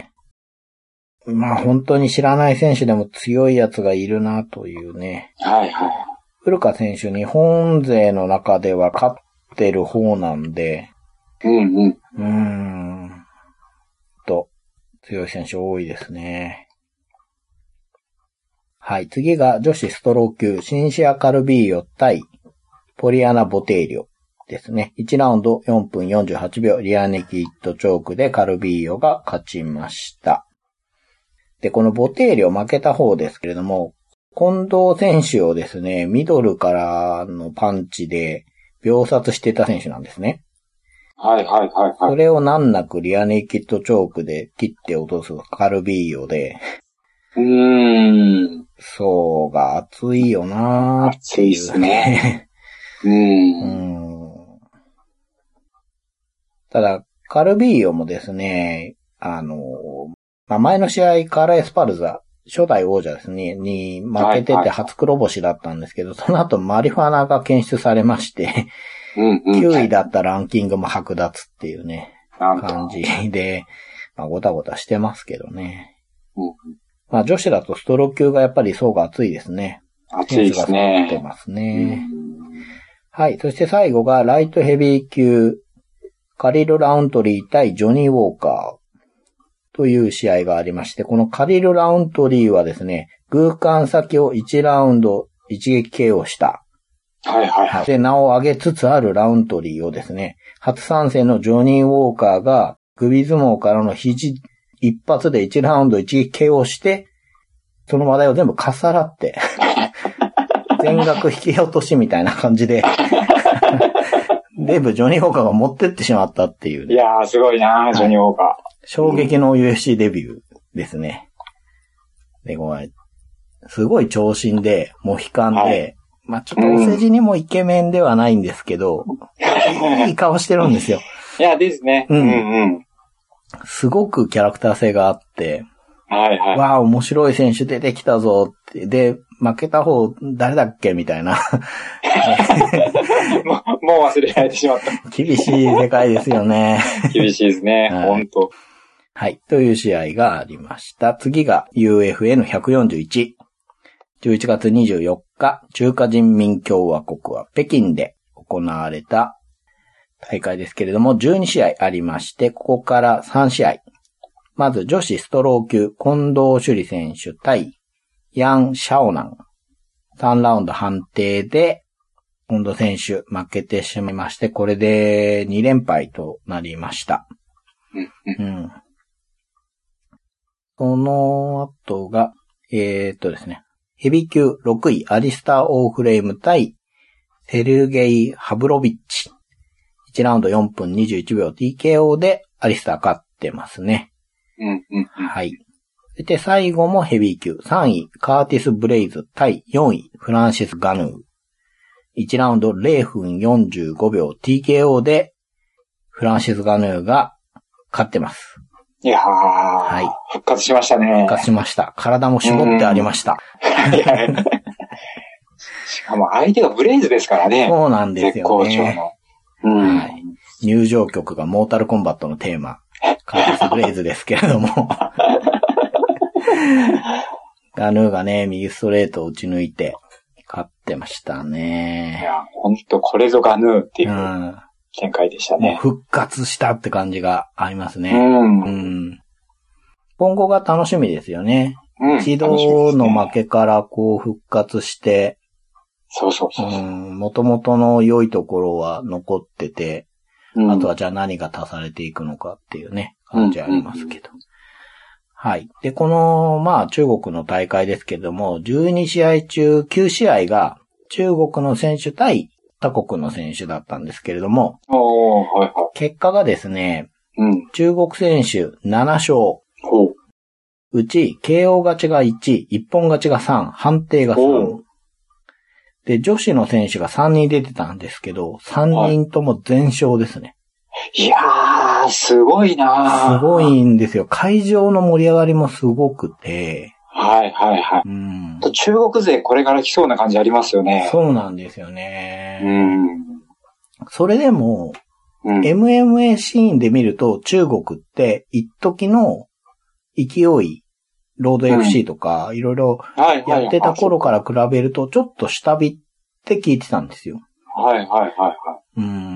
まあ本当に知らない選手でも強いやつがいるなというね。 はいはい。 ウルカ選手、日本勢の中では勝ってる方なんで、 うんうん。 うーん。と、強い選手多いですね。はい、次が女子ストロー級、シンシア・カルビーヨ対ポリアナ・ボテーリョですね。いちラウンドよんぷんよんじゅうはちびょう、リアネキッドチョークでカルビーヨが勝ちました。で、このボテーリョ負けた方ですけれども、近藤選手をですね、ミドルからのパンチで秒殺してた選手なんですね。 はいはいはいはい。 それを難なくリアネキッドチョークで切って落とすカルビーヨで、 うーん。 そうが熱いよなーっていう。 熱いっすね。うーん。 うん。ただ、カルビーヨもですね、あの、まあ、前の試合カーラ・エスパルザ、初代王者ですね、に負けてて初黒星だったんですけど、はいはい、その後マリファナが検出されまして、 うんうん、 きゅういだったランキングも剥奪っていうね、感じで、まあ、ごたごたしてますけどね。 うん、 まあ、女子だとストロー級がやっぱり層が厚いですね。 厚いですね。 厚いますね。はい。そして最後がライトヘビー級、カリル・ラウントリー対ジョニー・ウォーカーという試合がありまして、このカリル・ラウントリーはですね、グーカン先をいちラウンド一撃 ケーオー した。 はいはいはい。 で、名を上げつつあるラウントリーをですね、初参戦のジョニー・ウォーカーが首相撲からの肘一発でいちラウンド一撃 ケーオー して、その話題を全部かっさらって、全額引き落としみたいな感じで、全部ジョニー・ウォーカーが持ってってしまったっていう、ね。 いやー、すごいなー、ジョニー・ウォーカー。 衝撃の ユーエフシー デビューですね。で、これ、すごい長身で、モヒカンで、はい、まあちょっとお世辞にもイケメンではないんですけど、うん、いい顔してるんですよ。 いや、ですね。うん、うんうん。 すごくキャラクター性があって、 はいはい。 わあ、面白い選手出てきたぞって。で、負けた方誰だっけみたいなもう。もう忘れられてしまった。 厳しい世界ですよね。 厳しいですね。はい、本当。 はい。という試合がありました。次が ユーエフエヌひゃくよんじゅういち。じゅういちがつにじゅうよっか、中華人民共和国は北京で行われた大会ですけれども、じゅうにしあいありまして、ここからさんしあい。まず女子ストロー級、近藤朱里選手対ヤン・シャオナン。さんラウンド判定で、近藤選手負けてしまいまして、これでにれんぱいとなりました。うん。その後が、えーっとですね、ヘビー級ろくい、アリスター・オーフレーム対セルゲイ・ハブロビッチ。いちラウンドよんぷんにじゅういちびょう ティーケーオー でアリスター勝ってますね。 うんうん、 はい。そして最後もヘビー級。さんい、カーティス・ブレイズ対よんい、フランシス・ガヌー。いちラウンドぜろふんよんじゅうごびょう ティーケーオー でフランシス・ガヌーが勝ってます。 いやー。はい。復活しましたね。 復活しました。体も絞ってありました。 しかも相手がブレイズですからね。 そうなんですよね。 絶好調の。うん、 はい。入場曲がモータルコンバットのテーマ。カーティス・ブレイズですけれども。ガヌーがね、右ストレートを打ち抜いて、勝ってましたね。 いや、ほんとこれぞガヌーっていう展開でしたね。 うん、復活したって感じがありますね。 うん。 うん、今後が楽しみですよね。 うん、 一度の負けからこう復活して、 そうそうそう。 元々の良いところは残ってて、 うん、 あとはじゃあ何が足されていくのかっていうね、感じありますけど。うんうん、はい。で、この、まあ中国の大会ですけれども、じゅうにしあい中きゅうしあいが中国の選手対他国の選手だったんですけれども、 おー、はいはい、 結果がですね、 うん、 中国選手ななしょう。 ほう。 うち、ケーオー 勝ちがいち、一本勝ちがさん、判定がさん。で、女子の選手がさんにん出てたんですけど、さんにんとも全勝ですね。 はい、いやー、すごいなー。 すごいんですよ。会場の盛り上がりもすごくて。 はいはいはい。うん、中国勢これから来そうな感じありますよね。 そうなんですよね。 うん、 それでも、うん、エムエムエー シーンで見ると中国って一時の勢い、ロード エフシー とか、いろいろやってた頃から比べると、ちょっと下火って聞いてたんですよ。 はいはいはいはい。 うん。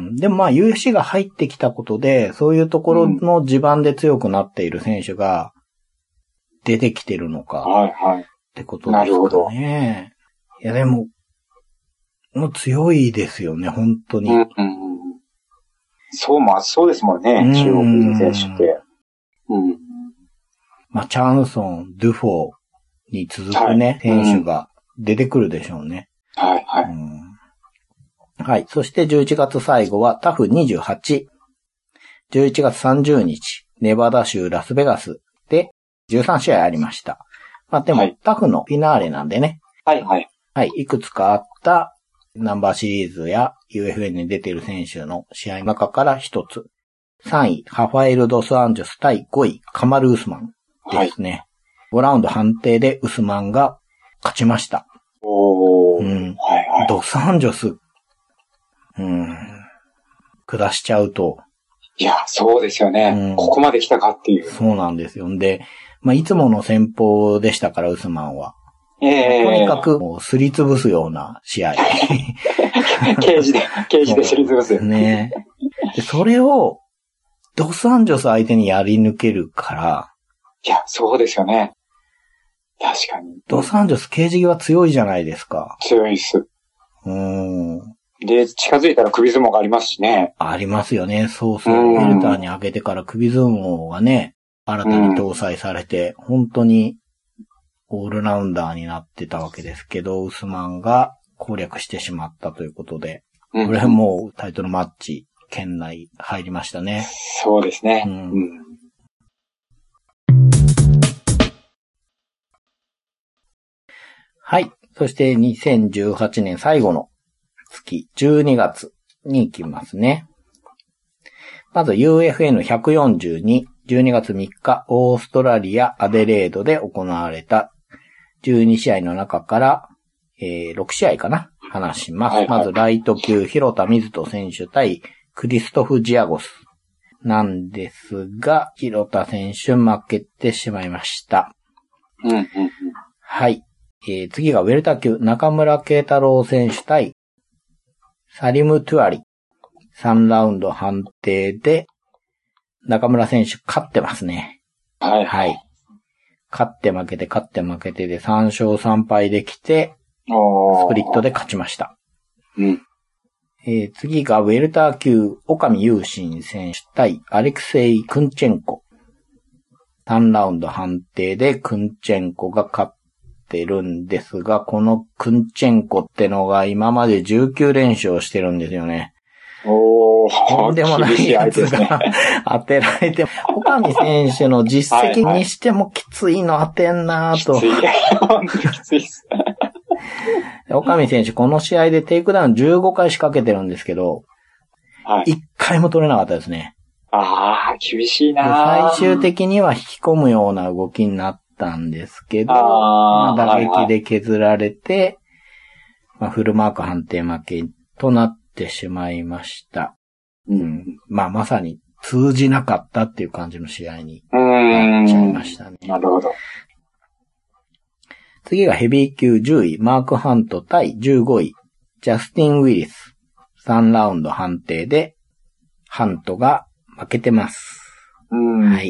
でもまあ ユーエフシー が入ってきたことで、そういうところの地盤で強くなっている選手が出てきてるのか。 はいはい。 ってことですかね。なるほど。いやでも、もう強いですよね、本当に。 うんうん、そうもそうですもんね、中国の選手って。うん。 まあ、チャンソン、ドゥフォーに続くね、はい、選手が出てくるでしょうね。 はい、はい、 うん。はい。そしてじゅういちがつ最後はタフにじゅうはち。じゅういちがつさんじゅうにち、ネバダ州ラスベガスでじゅうさんしあいありました。まあ、でも、はい、タフのフィナーレなんでね。 はい、はい。 はい。いくつかあったナンバーシリーズや ユーエフエヌ に出ている選手の試合の中から一つ。さんい、ハファエル・ドス・アンジョス対ごい、カマル・ウスマン。ですね。はい、ごラウンド判定でウスマンが勝ちました。 おー。 うん。 はいはい。 ドサンジョス、うん。下しちゃうと。 いや、そうですよね。うん、ここまで来たかっていう。 そうなんですよ。で、まあ、いつもの戦法でしたから、ウスマンは。 ええー。 とにかく、もう、すりつぶすような試合。 ケージで、ケージですりつぶす。 ね。で、それを、ドサンジョス相手にやり抜けるから、 いや、そうですよね。確かに。 ドサンジョス、ケージ際強いじゃないですか。 強いっす。 うーん。 で、近づいたら首相撲がありますしね。 ありますよね。そうそう。フィルターに上げてから首相撲がね、新たに搭載されて、本当にオールラウンダーになってたわけですけど、ウスマンが攻略してしまったということで、これはもうタイトルマッチ圏内入りましたね。 そうですね。 うんうんはい。そしてにせんじゅうはちねん最後の月、じゅうにがつに行きますね。まず ユーエフエヌひゃくよんじゅうに、じゅうにがつみっか、オーストラリア・アデレードで行われたじゅうにしあいの中から、えー、ろくしあいかな話します。はいはい、まずライト級、広田水戸選手対クリストフ・ジアゴスなんですが、広田選手負けてしまいました。 うんうんうん、 はい。えー、次がウェルター級、中村慶太郎選手対サリム・トゥアリ。さんラウンド判定で、中村選手勝ってますね。 はい。 はい。勝って負けて勝って負けてでさんしょうさんぱいできて、スプリットで勝ちました。 うん。 えー、次がウェルター級、岡見雄心選手対アレクセイ・クンチェンコ。さんラウンド判定でクンチェンコが勝ってるんですが、このクンチェンコってのが今までじゅうきゅうれんしょうしてるんですよね。 おー、 とんでもないやつが当てられて、岡見選手の実績にしてもきついの当てんなぁと。 きつい。本当にきついっす。 岡見選手、この試合でテイクダウンじゅうごかい仕掛けてるんですけど、 はい、 いっかいも取れなかったですね。 ああ、厳しいな最終的には引き込むような動きになったんですけど、 あまあ、打撃で削られて、はいはい、まあ、フルマーク判定負けとなってしまいました。 うん、 まあ、まさに通じなかったっていう感じの試合になっちゃいましたね。 なるほど。 次がヘビー級じゅうい、マーク・ハント対じゅうごい、ジャスティン・ウィリス。さんラウンド判定で、ハントが負けてます。 うんはい。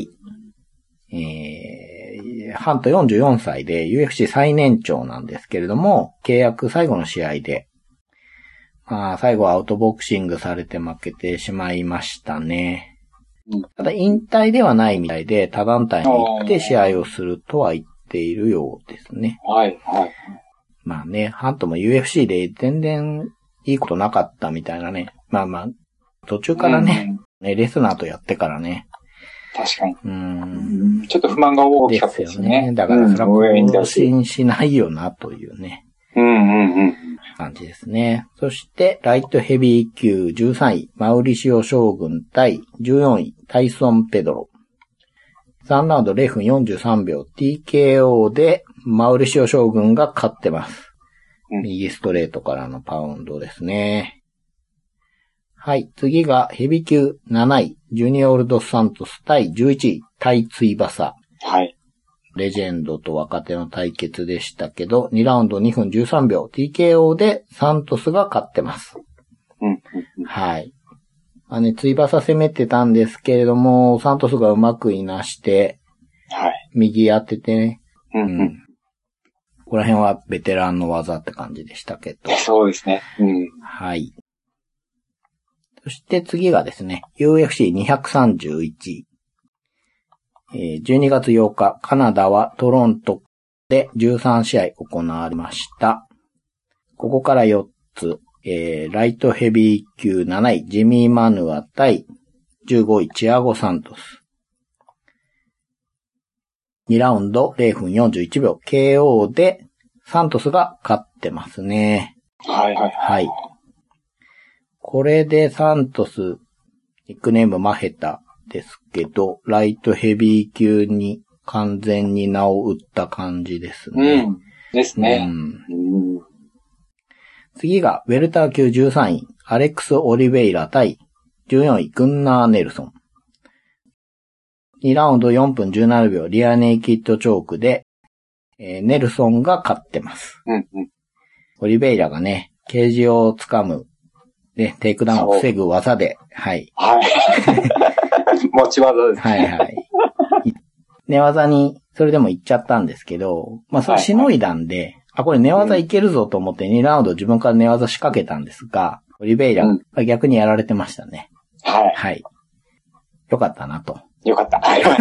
えー、ハントよんじゅうよんさいで ユーエフシー 最年長なんですけれども、契約最後の試合で、まあ、最後はアウトボクシングされて負けてしまいましたね。 うん、 ただ引退ではないみたいで、他団体に行って試合をするとは言っているようですね。 はい、はい。 まあね、ハントも ユーエフシー で全然いいことなかったみたいなね。まあまあ、途中からね、うん、ねレスナーとやってからね。 確かに。 うん。 ちょっと不満が大きかったですね。ですよね。 だからそれは更新しないよなというね。 うんうんうん。 感じですね。そして、ライトヘビー級じゅうさんい、マウリシオ将軍対じゅうよんい、タイソン・ペドロ。さんラウンドれいふんよんじゅうさんびょう ティーケーオー でマウリシオ将軍が勝ってます。うん、右ストレートからのパウンドですね。はい。次がヘビー級なない、ジュニオールド・サントス対じゅういちい、タイ・ツイバサ。 はい。 レジェンドと若手の対決でしたけど、にラウンドにふんじゅうさんびょう、ティーケーオー でサントスが勝ってます。 うん、 はい。まあね、ツイバサ攻めてたんですけれども、サントスがうまくいなして、 はい。 右当ててね。 うん、うん。 ここら辺はベテランの技って感じでしたけど。 そうですね。うん。 はい。そして次がですね、ユーエフシーにひゃくさんじゅういち。えー、じゅうにがつようか、カナダはトロントでじゅうさんしあい行われました。ここからよっつ、えー、ライトヘビー級なない、ジミー・マヌア対じゅうごい、チアゴ・サントス。にラウンドれいふんよんじゅういちびょう、ケーオー でサントスが勝ってますね。 はいはいはい。これでサントス、ニックネームマヘタですけど、ライトヘビー級に完全に名を打った感じですね。 うん。ですね。 うんうん、次が、ウェルター級じゅうさんい、アレックス・オリベイラ対じゅうよんい、グンナー・ネルソン。にラウンドよんふんじゅうななびょう、リアネイキッドチョークで、えー、ネルソンが勝ってます。 うんうん、 オリベイラがね、ケージを掴む、ね、テイクダウンを防ぐ技で、はい。 はい。持ち技です。 はいはい。寝技に、それでも行っちゃったんですけど、まあそれしのいだんで、はいはい、あ、これ寝技いけるぞと思ってにラウンド自分から寝技仕掛けたんですが、オリベイラが逆にやられてましたね。 うん、はい。 はい。よかったなと。 よかった。よかった。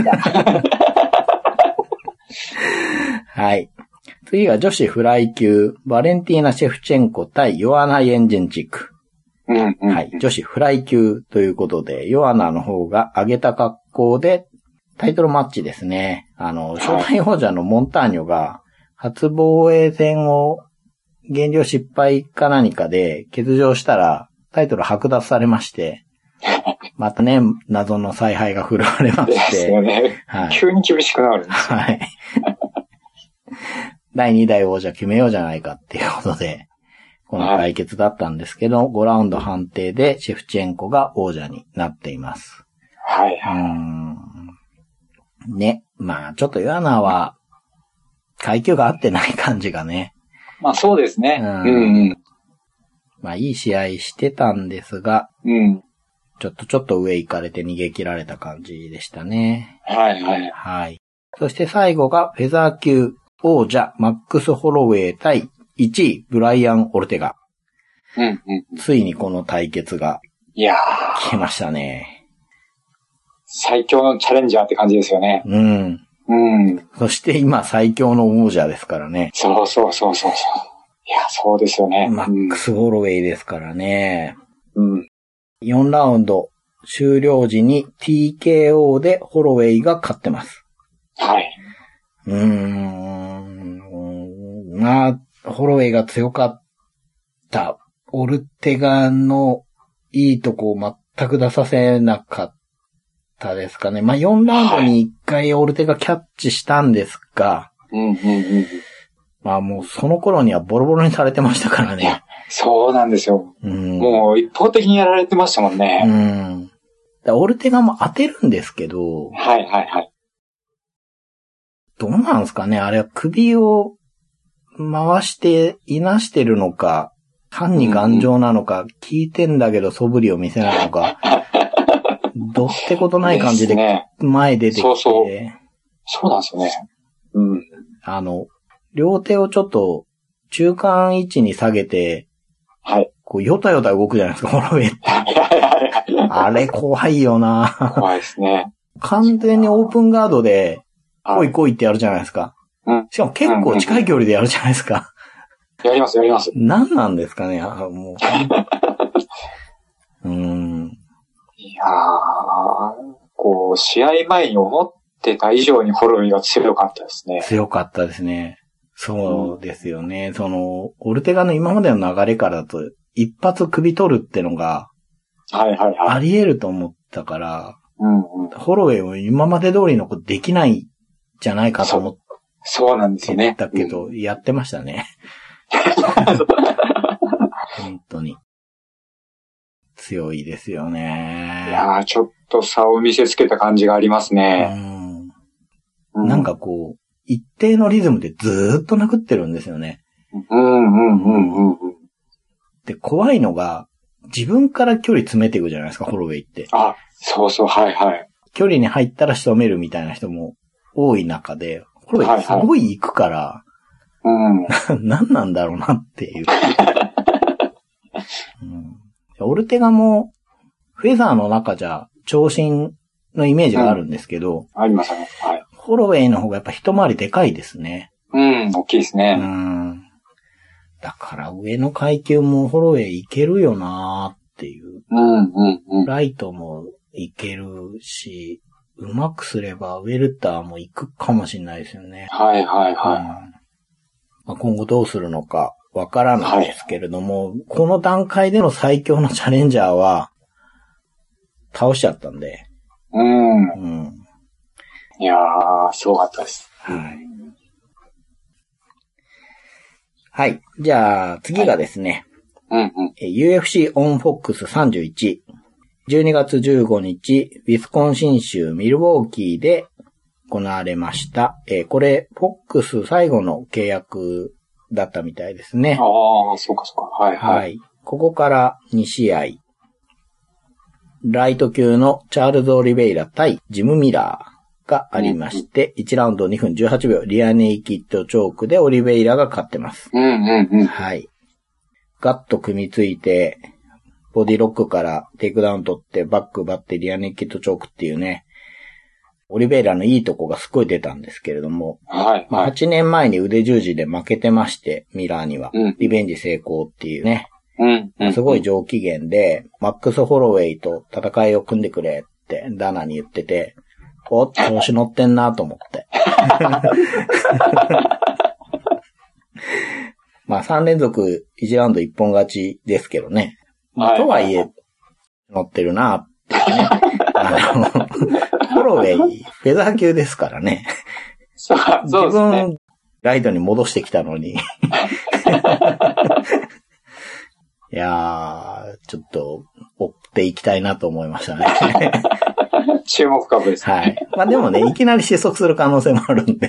はい。次が女子フライ級、バレンティーナ・シェフチェンコ対ヨアナ・イェンジェンチック。 うんうん、 はい。女子フライ級ということで、ヨアナの方が上げた格好でタイトルマッチですね。あの、初代王者のモンターニョが初防衛戦を減量失敗か何かで欠場したらタイトル剥奪されまして、またね、謎の采配が振るわれまして。 ですよね。はい、急に厳しくなるんですよ。はい。 だいに代王者決めようじゃないかっていうことで、この対決だったんですけど、はい、ごラウンド判定でシェフチェンコが王者になっています。 はいはい。 うーんね。まあ、ちょっとユアナは、階級が合ってない感じがね。 まあそうですね。うん。うんうん、 まあいい試合してたんですが、 うん。 ちょっとちょっと上行かれて逃げ切られた感じでしたね。 はいはい。 はい。そして最後がフェザー級王者マックス・ホロウェイ対いちいブライアン・オルテガ。 うんうん。 ついにこの対決がいやー来ましたね。 最強のチャレンジャーって感じですよね。 うん。 うん。 そして今最強の王者ですからね。 そうそうそうそう。いや、そうですよね。 マックス・ホロウェイですからね。 うん。 よんラウンド終了時に ティーケーオー でホロウェイが勝ってます。 はい。 うーん。まあ、ホロウェイが強かった。オルテガのいいとこを全く出させなかったですかね。まあよんラウンドにいっかいオルテガキャッチしたんですが、 うんうんうん、 まあもうその頃にはボロボロにされてましたからね。いや、 そうなんですよ。うん、もう一方的にやられてましたもんね。 うん。だオルテガも当てるんですけど、 はいはいはい。 どうなんですかね、あれは首を回していなしてるのか、単に頑丈なのか、うんうん、聞いてんだけど素振りを見せないのか、どってことない感じで前出てきて、ね、そうそう。 そうなんですよね。うん。 あの、両手をちょっと中間位置に下げて、 はい。 こう、よたよた動くじゃないですか、ホロウェイって。あれ怖いよな。 怖いですね。 完全にオープンガードで、来い来いってやるじゃないですか。 うん。 しかも結構近い距離でやるじゃないですか。 やりますやります。 何なんですかね、あもう。うーん。 いやー、こう、試合前に思ってた以上にホロウェイが強かったですね。 強かったですね。そうですよね。うん、その、オルテガの今までの流れからだと、一発首取るってのが、 はいはいはい。 あり得ると思ったから、 うんうん、 ホロウェイも今まで通りのことできないじゃないかと思って。 そうなんですよね。 だけど、うん、やってましたね。本当に。強いですよね。 いやー、ちょっと差を見せつけた感じがありますね。 うん、なんかこう、一定のリズムでずーっと殴ってるんですよね。 うんうんうんうんうん。 で、怖いのが、自分から距離詰めていくじゃないですか、ホロウェイって。 あ、そうそう、はいはい。 距離に入ったら仕留めるみたいな人も多い中で、ホロウェイすごい行くから、 はいはい、 うん。何なんだろうなっていう。うん、オルテガも、フェザーの中じゃ、長身のイメージがあるんですけど、 うん、ありますね。はい。 ホロウェイの方がやっぱ一回りでかいですね。 うん、大きいですね。 うん。だから上の階級もホロウェイいけるよなーっていう。 うんうんうん。 ライトもいけるし、うまくすればウェルターもいくかもしれないですよね。 はいはいはい。 うんまあ、今後どうするのかわからないですけれども、はい、この段階での最強のチャレンジャーは倒しちゃったんで。 うん。 うん。 いやー、すごかったです。 はい。はい。じゃあ、次がですね。 はい、うんうん。 ユーエフシー オンフォックスさんじゅういち。じゅうにがつじゅうごにち、ウィスコンシン州ミルウォーキーで行われました。えー、これ、フォックス最後の契約だったみたいですね。 ああ、そうかそうか。はいはい。はい。 ここからにしあい。ライト級のチャールズ・オリベイラ対ジム・ミラー。がありまして、うんうん、いちラウンドにふんじゅうはちびょう、リアネイキッドチョークでオリベイラが勝ってます。 うんうんうん。 はい。ガッと組みついて、ボディロックからテイクダウン取って、バックバッてリアネイキッドチョークっていうね、オリベイラのいいとこがすごい出たんですけれども、 はい、はい。 はちねんまえに腕十字で負けてまして、ミラーには。うん、リベンジ成功っていうね。 うんうん、 すごい上機嫌で、マックス・ホロウェイと戦いを組んでくれってダナに言ってて、お、調子乗ってんなと思って。 まあさん連続いちラウンドいっぽん勝ちですけどね。まあ、とはいえ、乗ってるなっていうね。あの、ホロウェイ、フェザー級ですからね。 そう、そうですね。 自分、ライトに戻してきたのに。いやー、ちょっと、追っていきたいなと思いましたね。 注目株ですね。 はい。まあでもね、いきなり失速する可能性もあるんで。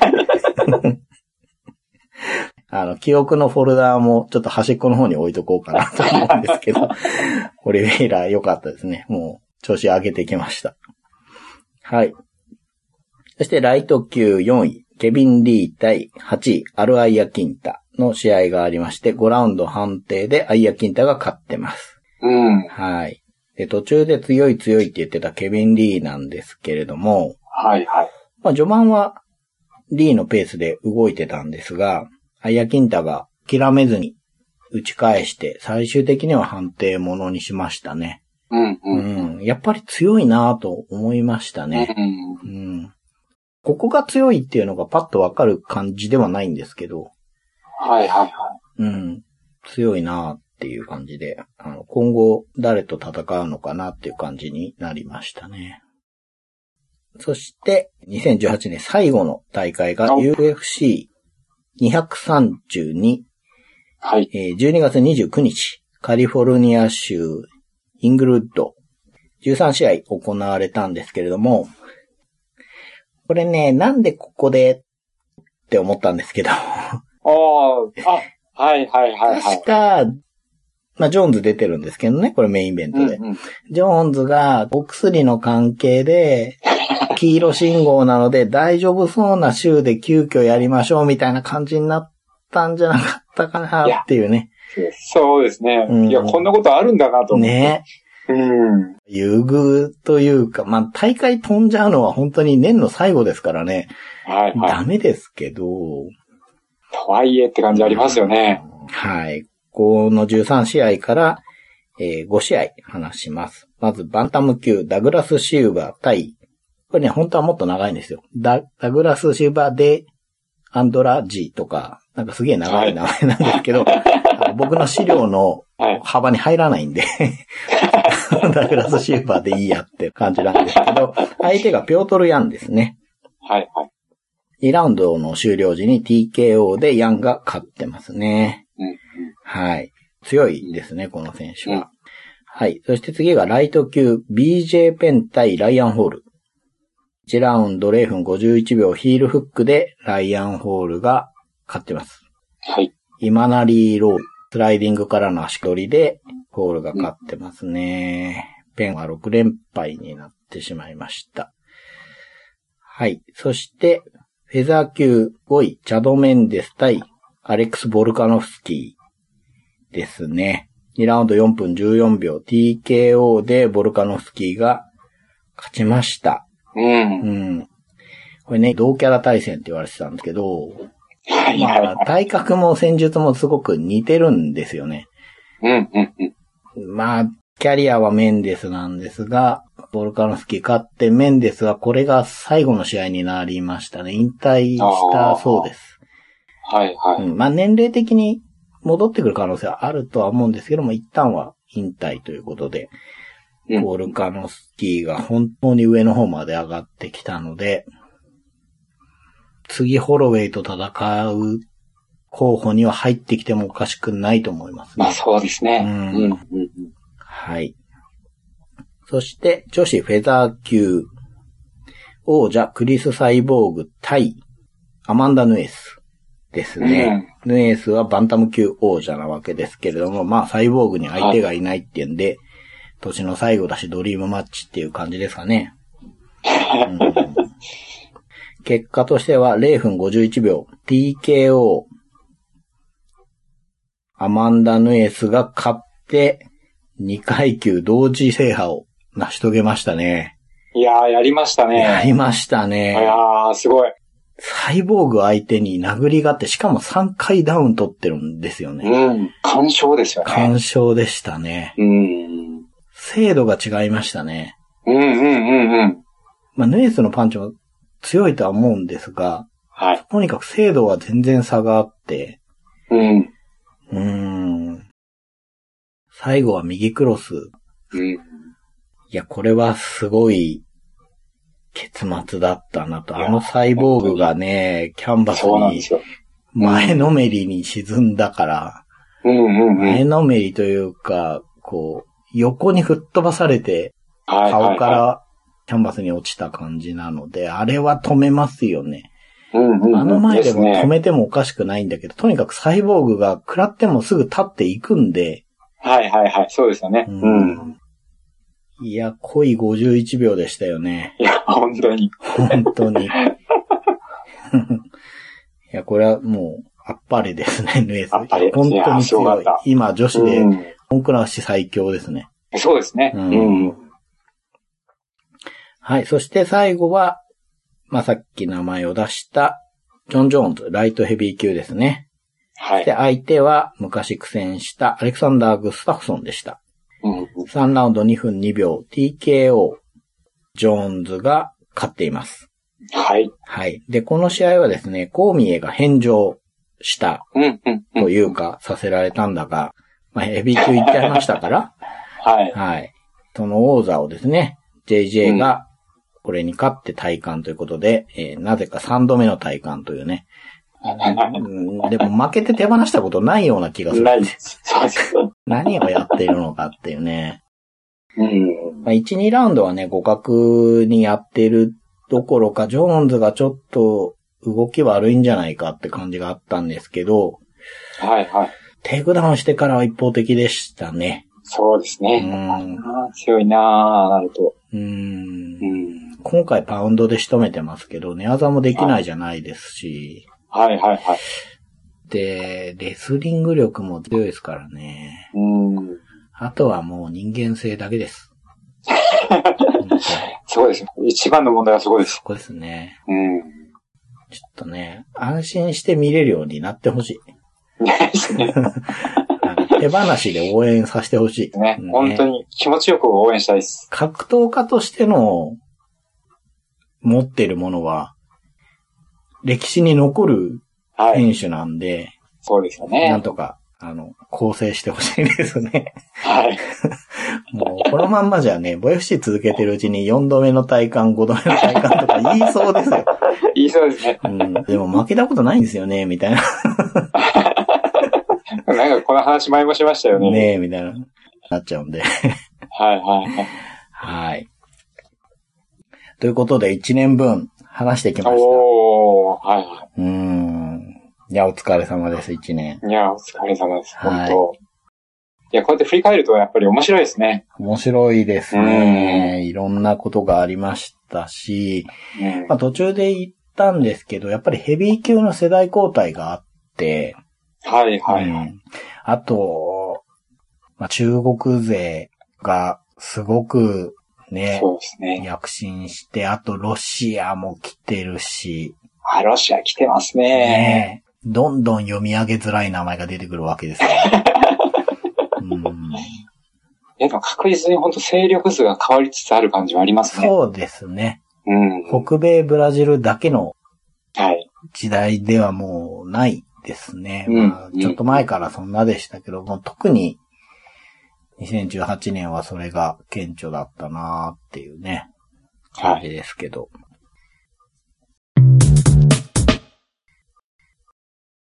あの、記憶のフォルダーもちょっと端っこの方に置いとこうかなと思うんですけど、オリベイラ良かったですね。もう、調子上げてきました。はい。そしてライト級よんい、ケビン・リー対はちい、アル・アイア・キンタの試合がありまして、ごラウンド判定でアイア・キンタが勝ってます。 うん。 はい。で、途中で強い強いって言ってたケビン・リーなんですけれども、 はいはい。 まあ序盤はリーのペースで動いてたんですが、アイア・キンタが諦めずに打ち返して最終的には判定ものにしましたね。 うんうん。 うん。やっぱり強いなぁと思いましたね。 うん。 うん。ここが強いっていうのがパッとわかる感じではないんですけど。 はいはいはい。 うん。強いなぁっていう感じで、あの、今後誰と戦うのかなっていう感じになりましたね。そして、にせんじゅうはちねん最後の大会が ユーエフシーにひゃくさんじゅうに。 はい。 えー、じゅうにがつにじゅうくにち、カリフォルニア州イングルウッド、じゅうさんしあい行われたんですけれども、これね、なんでここでって思ったんですけど。ああ、はいはいはいはい。 確か、まあ、ジョーンズ出てるんですけどね、これメインイベントで。 うんうん、 ジョーンズがお薬の関係で、黄色信号なので大丈夫そうな州で急遽やりましょうみたいな感じになったんじゃなかったかなっていうね。 そうですね、うん。いや、こんなことあるんだなと思って。 ね。 うん。 優遇というか、まあ、大会飛んじゃうのは本当に年の最後ですからね。 はいはい。 ダメですけど。 とはいえって感じありますよね。 はい。このじゅうさんしあいから、えー、ごしあい話します。まず、バンタム級、ダグラス・シウバ対、これね、本当はもっと長いんですよ。ダ、ダグラス・シウバで、アンドラジとか、なんかすげえ長い名前なんですけど、はい、僕の資料の幅に入らないんで、ダグラス・シウバでいいやって感じなんですけど、相手がピョートル・ヤンですね。 はいはい。 にラウンドの終了時に ティーケーオー でヤンが勝ってますね。 うんうん、 はい。強いですね、この選手は。うん、はい。そして次がライト級 ビージェー ペン対ライアンホール。いちラウンドぜろふんごじゅういちびょうヒールフックでライアンホールが勝ってます。 はい。 イマナリーロール、スライディングからの足取りでホールが勝ってますね。うん、ペンはろくれんぱいになってしまいました。はい。そして、フェザー級ごい、チャド・メンデス対アレックス・ボルカノフスキーですね。にラウンドよんぷんじゅうよんびょう ティーケーオー でボルカノフスキーが勝ちました。 うん。 うん。これね、同キャラ対戦って言われてたんですけど、 はいはいはい、 まあ、体格も戦術もすごく似てるんですよね。 うんうんうん。 まあ、キャリアはメンデスなんですが、ボルカノフスキー勝ってメンデスはこれが最後の試合になりましたね。引退したそうです。 はいはい、 うん。まあ年齢的に戻ってくる可能性はあるとは思うんですけども、一旦は引退ということで、うん、ボルカノフスキーが本当に上の方まで上がってきたので、次ホロウェイと戦う候補には入ってきてもおかしくないと思いますね。 まあそうですね。 うんうんうんうん、 はい。そして、女子フェザー級、王者クリス・サイボーグ対アマンダ・ヌエスですね。うん、ヌエスはバンタム級王者なわけですけれども、まあサイボーグに相手がいないっていうんで、はい、年の最後だしドリームマッチっていう感じですかね。うん、結果としてはぜろふんごじゅういちびょう ティーケーオー アマンダ・ヌエスが勝ってにかい級同時制覇を成し遂げましたね。 いやー、やりましたね。 やりましたね。 いやー、すごい。 サイボーグ相手に殴りがあって、しかもさんかいダウン取ってるんですよね。 うん。完勝ですよね。 完勝でしたね。 うん。 精度が違いましたね。 うんうんうんうん。 まあ、ヌエスのパンチも強いとは思うんですが、 はい。 とにかく精度は全然差があって、 うん。 うーん。最後は右クロス。 うん。 いや、これはすごい結末だったなと。あのサイボーグがね、キャンバスに前のめりに沈んだから、 うんうんうん、 前のめりというか、こう、横に吹っ飛ばされて、顔からキャンバスに落ちた感じなので、あれは止めますよね。 うんうんうん、 あの前でも止めてもおかしくないんだけど、とにかくサイボーグが食らってもすぐ立っていくんで。 はいはいはい、そうですよね。うん。うん、 いや、濃いごじゅういちびょうでしたよね。 いや、本当に。 本当に。いや、これはもう、あっぱれですね、ヌエス。 あっぱれ。 本当に強い。い今、女子で、本クラッシュ最強ですね。 そうですね。うん。うん、 はい。そして最後は、まあ、さっき名前を出した、ジョン・ジョーンズ、ライトヘビー級ですね。 はい。 で、相手は、昔苦戦したアレクサンダー・グスタフソンでした。 うん、 さんラウンドにふんにびょう、ティーケーオー、ジョーンズが勝っています。 はい。 はい。で、この試合はですね、コーミエが返上した、というか、させられたんだが、まあ、ヘビー級行っちゃいましたから、 はい。 はい。その王座をですね、ジェイジェー が、これに勝って戴冠ということで、うん、えー、なぜかさんどめの戴冠というね。うん、でも負けて手放したことないような気がする。 ないです。 何をやっているのかっていうね。 うん、 まあ、いち、にラウンドはね、互角にやっているどころか、ジョーンズがちょっと動き悪いんじゃないかって感じがあったんですけど、 はいはい。 テイクダウンしてからは一方的でしたね。 そうですね。うん、強いなぁ、なると。 うーんうん今回パウンドで仕留めてますけど、寝技もできないじゃないですし。 はいはいはい。 で、レスリング力も強いですからね。 うん。 あとはもう人間性だけです。 そうです。一番の問題はそこです。 そこですね。 うん。 ちょっとね、安心して見れるようになってほしい。 ですね。 手放しで応援させてほしい。 ね、ね。本当に気持ちよく応援したいです。 格闘家としての持ってるものは、歴史に残る選手なんで、はい、 そうですよね。 なんとか、あの、構成してほしいですね。 はい。 もう、このまんまじゃね、ボイエフシー 続けてるうちによんどめの体感、ごどめの体感とか言いそうですよ。 言いそうですね。 うん。でも負けたことないんですよね、みたいな。 なんかこの話前もしましたよね。 ねえ、みたいな、なっちゃうんで。 はいはいはい。 はい。ということで、いちねんぶん話してきました。 おー、はいはい。 うーん。いや、お疲れ様です、いちねん。いや、お疲れ様です、 はい、 本当。いや、こうやって振り返るとやっぱり面白いですね。 面白いですね。いろんなことがありましたし、 うん、 まあ途中で言ったんですけど、やっぱりヘビー級の世代交代があって、 はいはい。 うん、あと、まあ、中国勢がすごくね、 そうですね。 躍進して、あとロシアも来てるし、 あ、ロシア来てますね。 ねどんどん読み上げづらい名前が出てくるわけですよ、ね。うんでも確実に本当勢力図が変わりつつある感じはありますね。 そうですね。 うん、 北米ブラジルだけの時代ではもうないですね。 うんまあ、ちょっと前からそんなでしたけども、うん、特ににせんじゅうはちねんはそれが顕著だったなーっていうね、感じですけど。はい、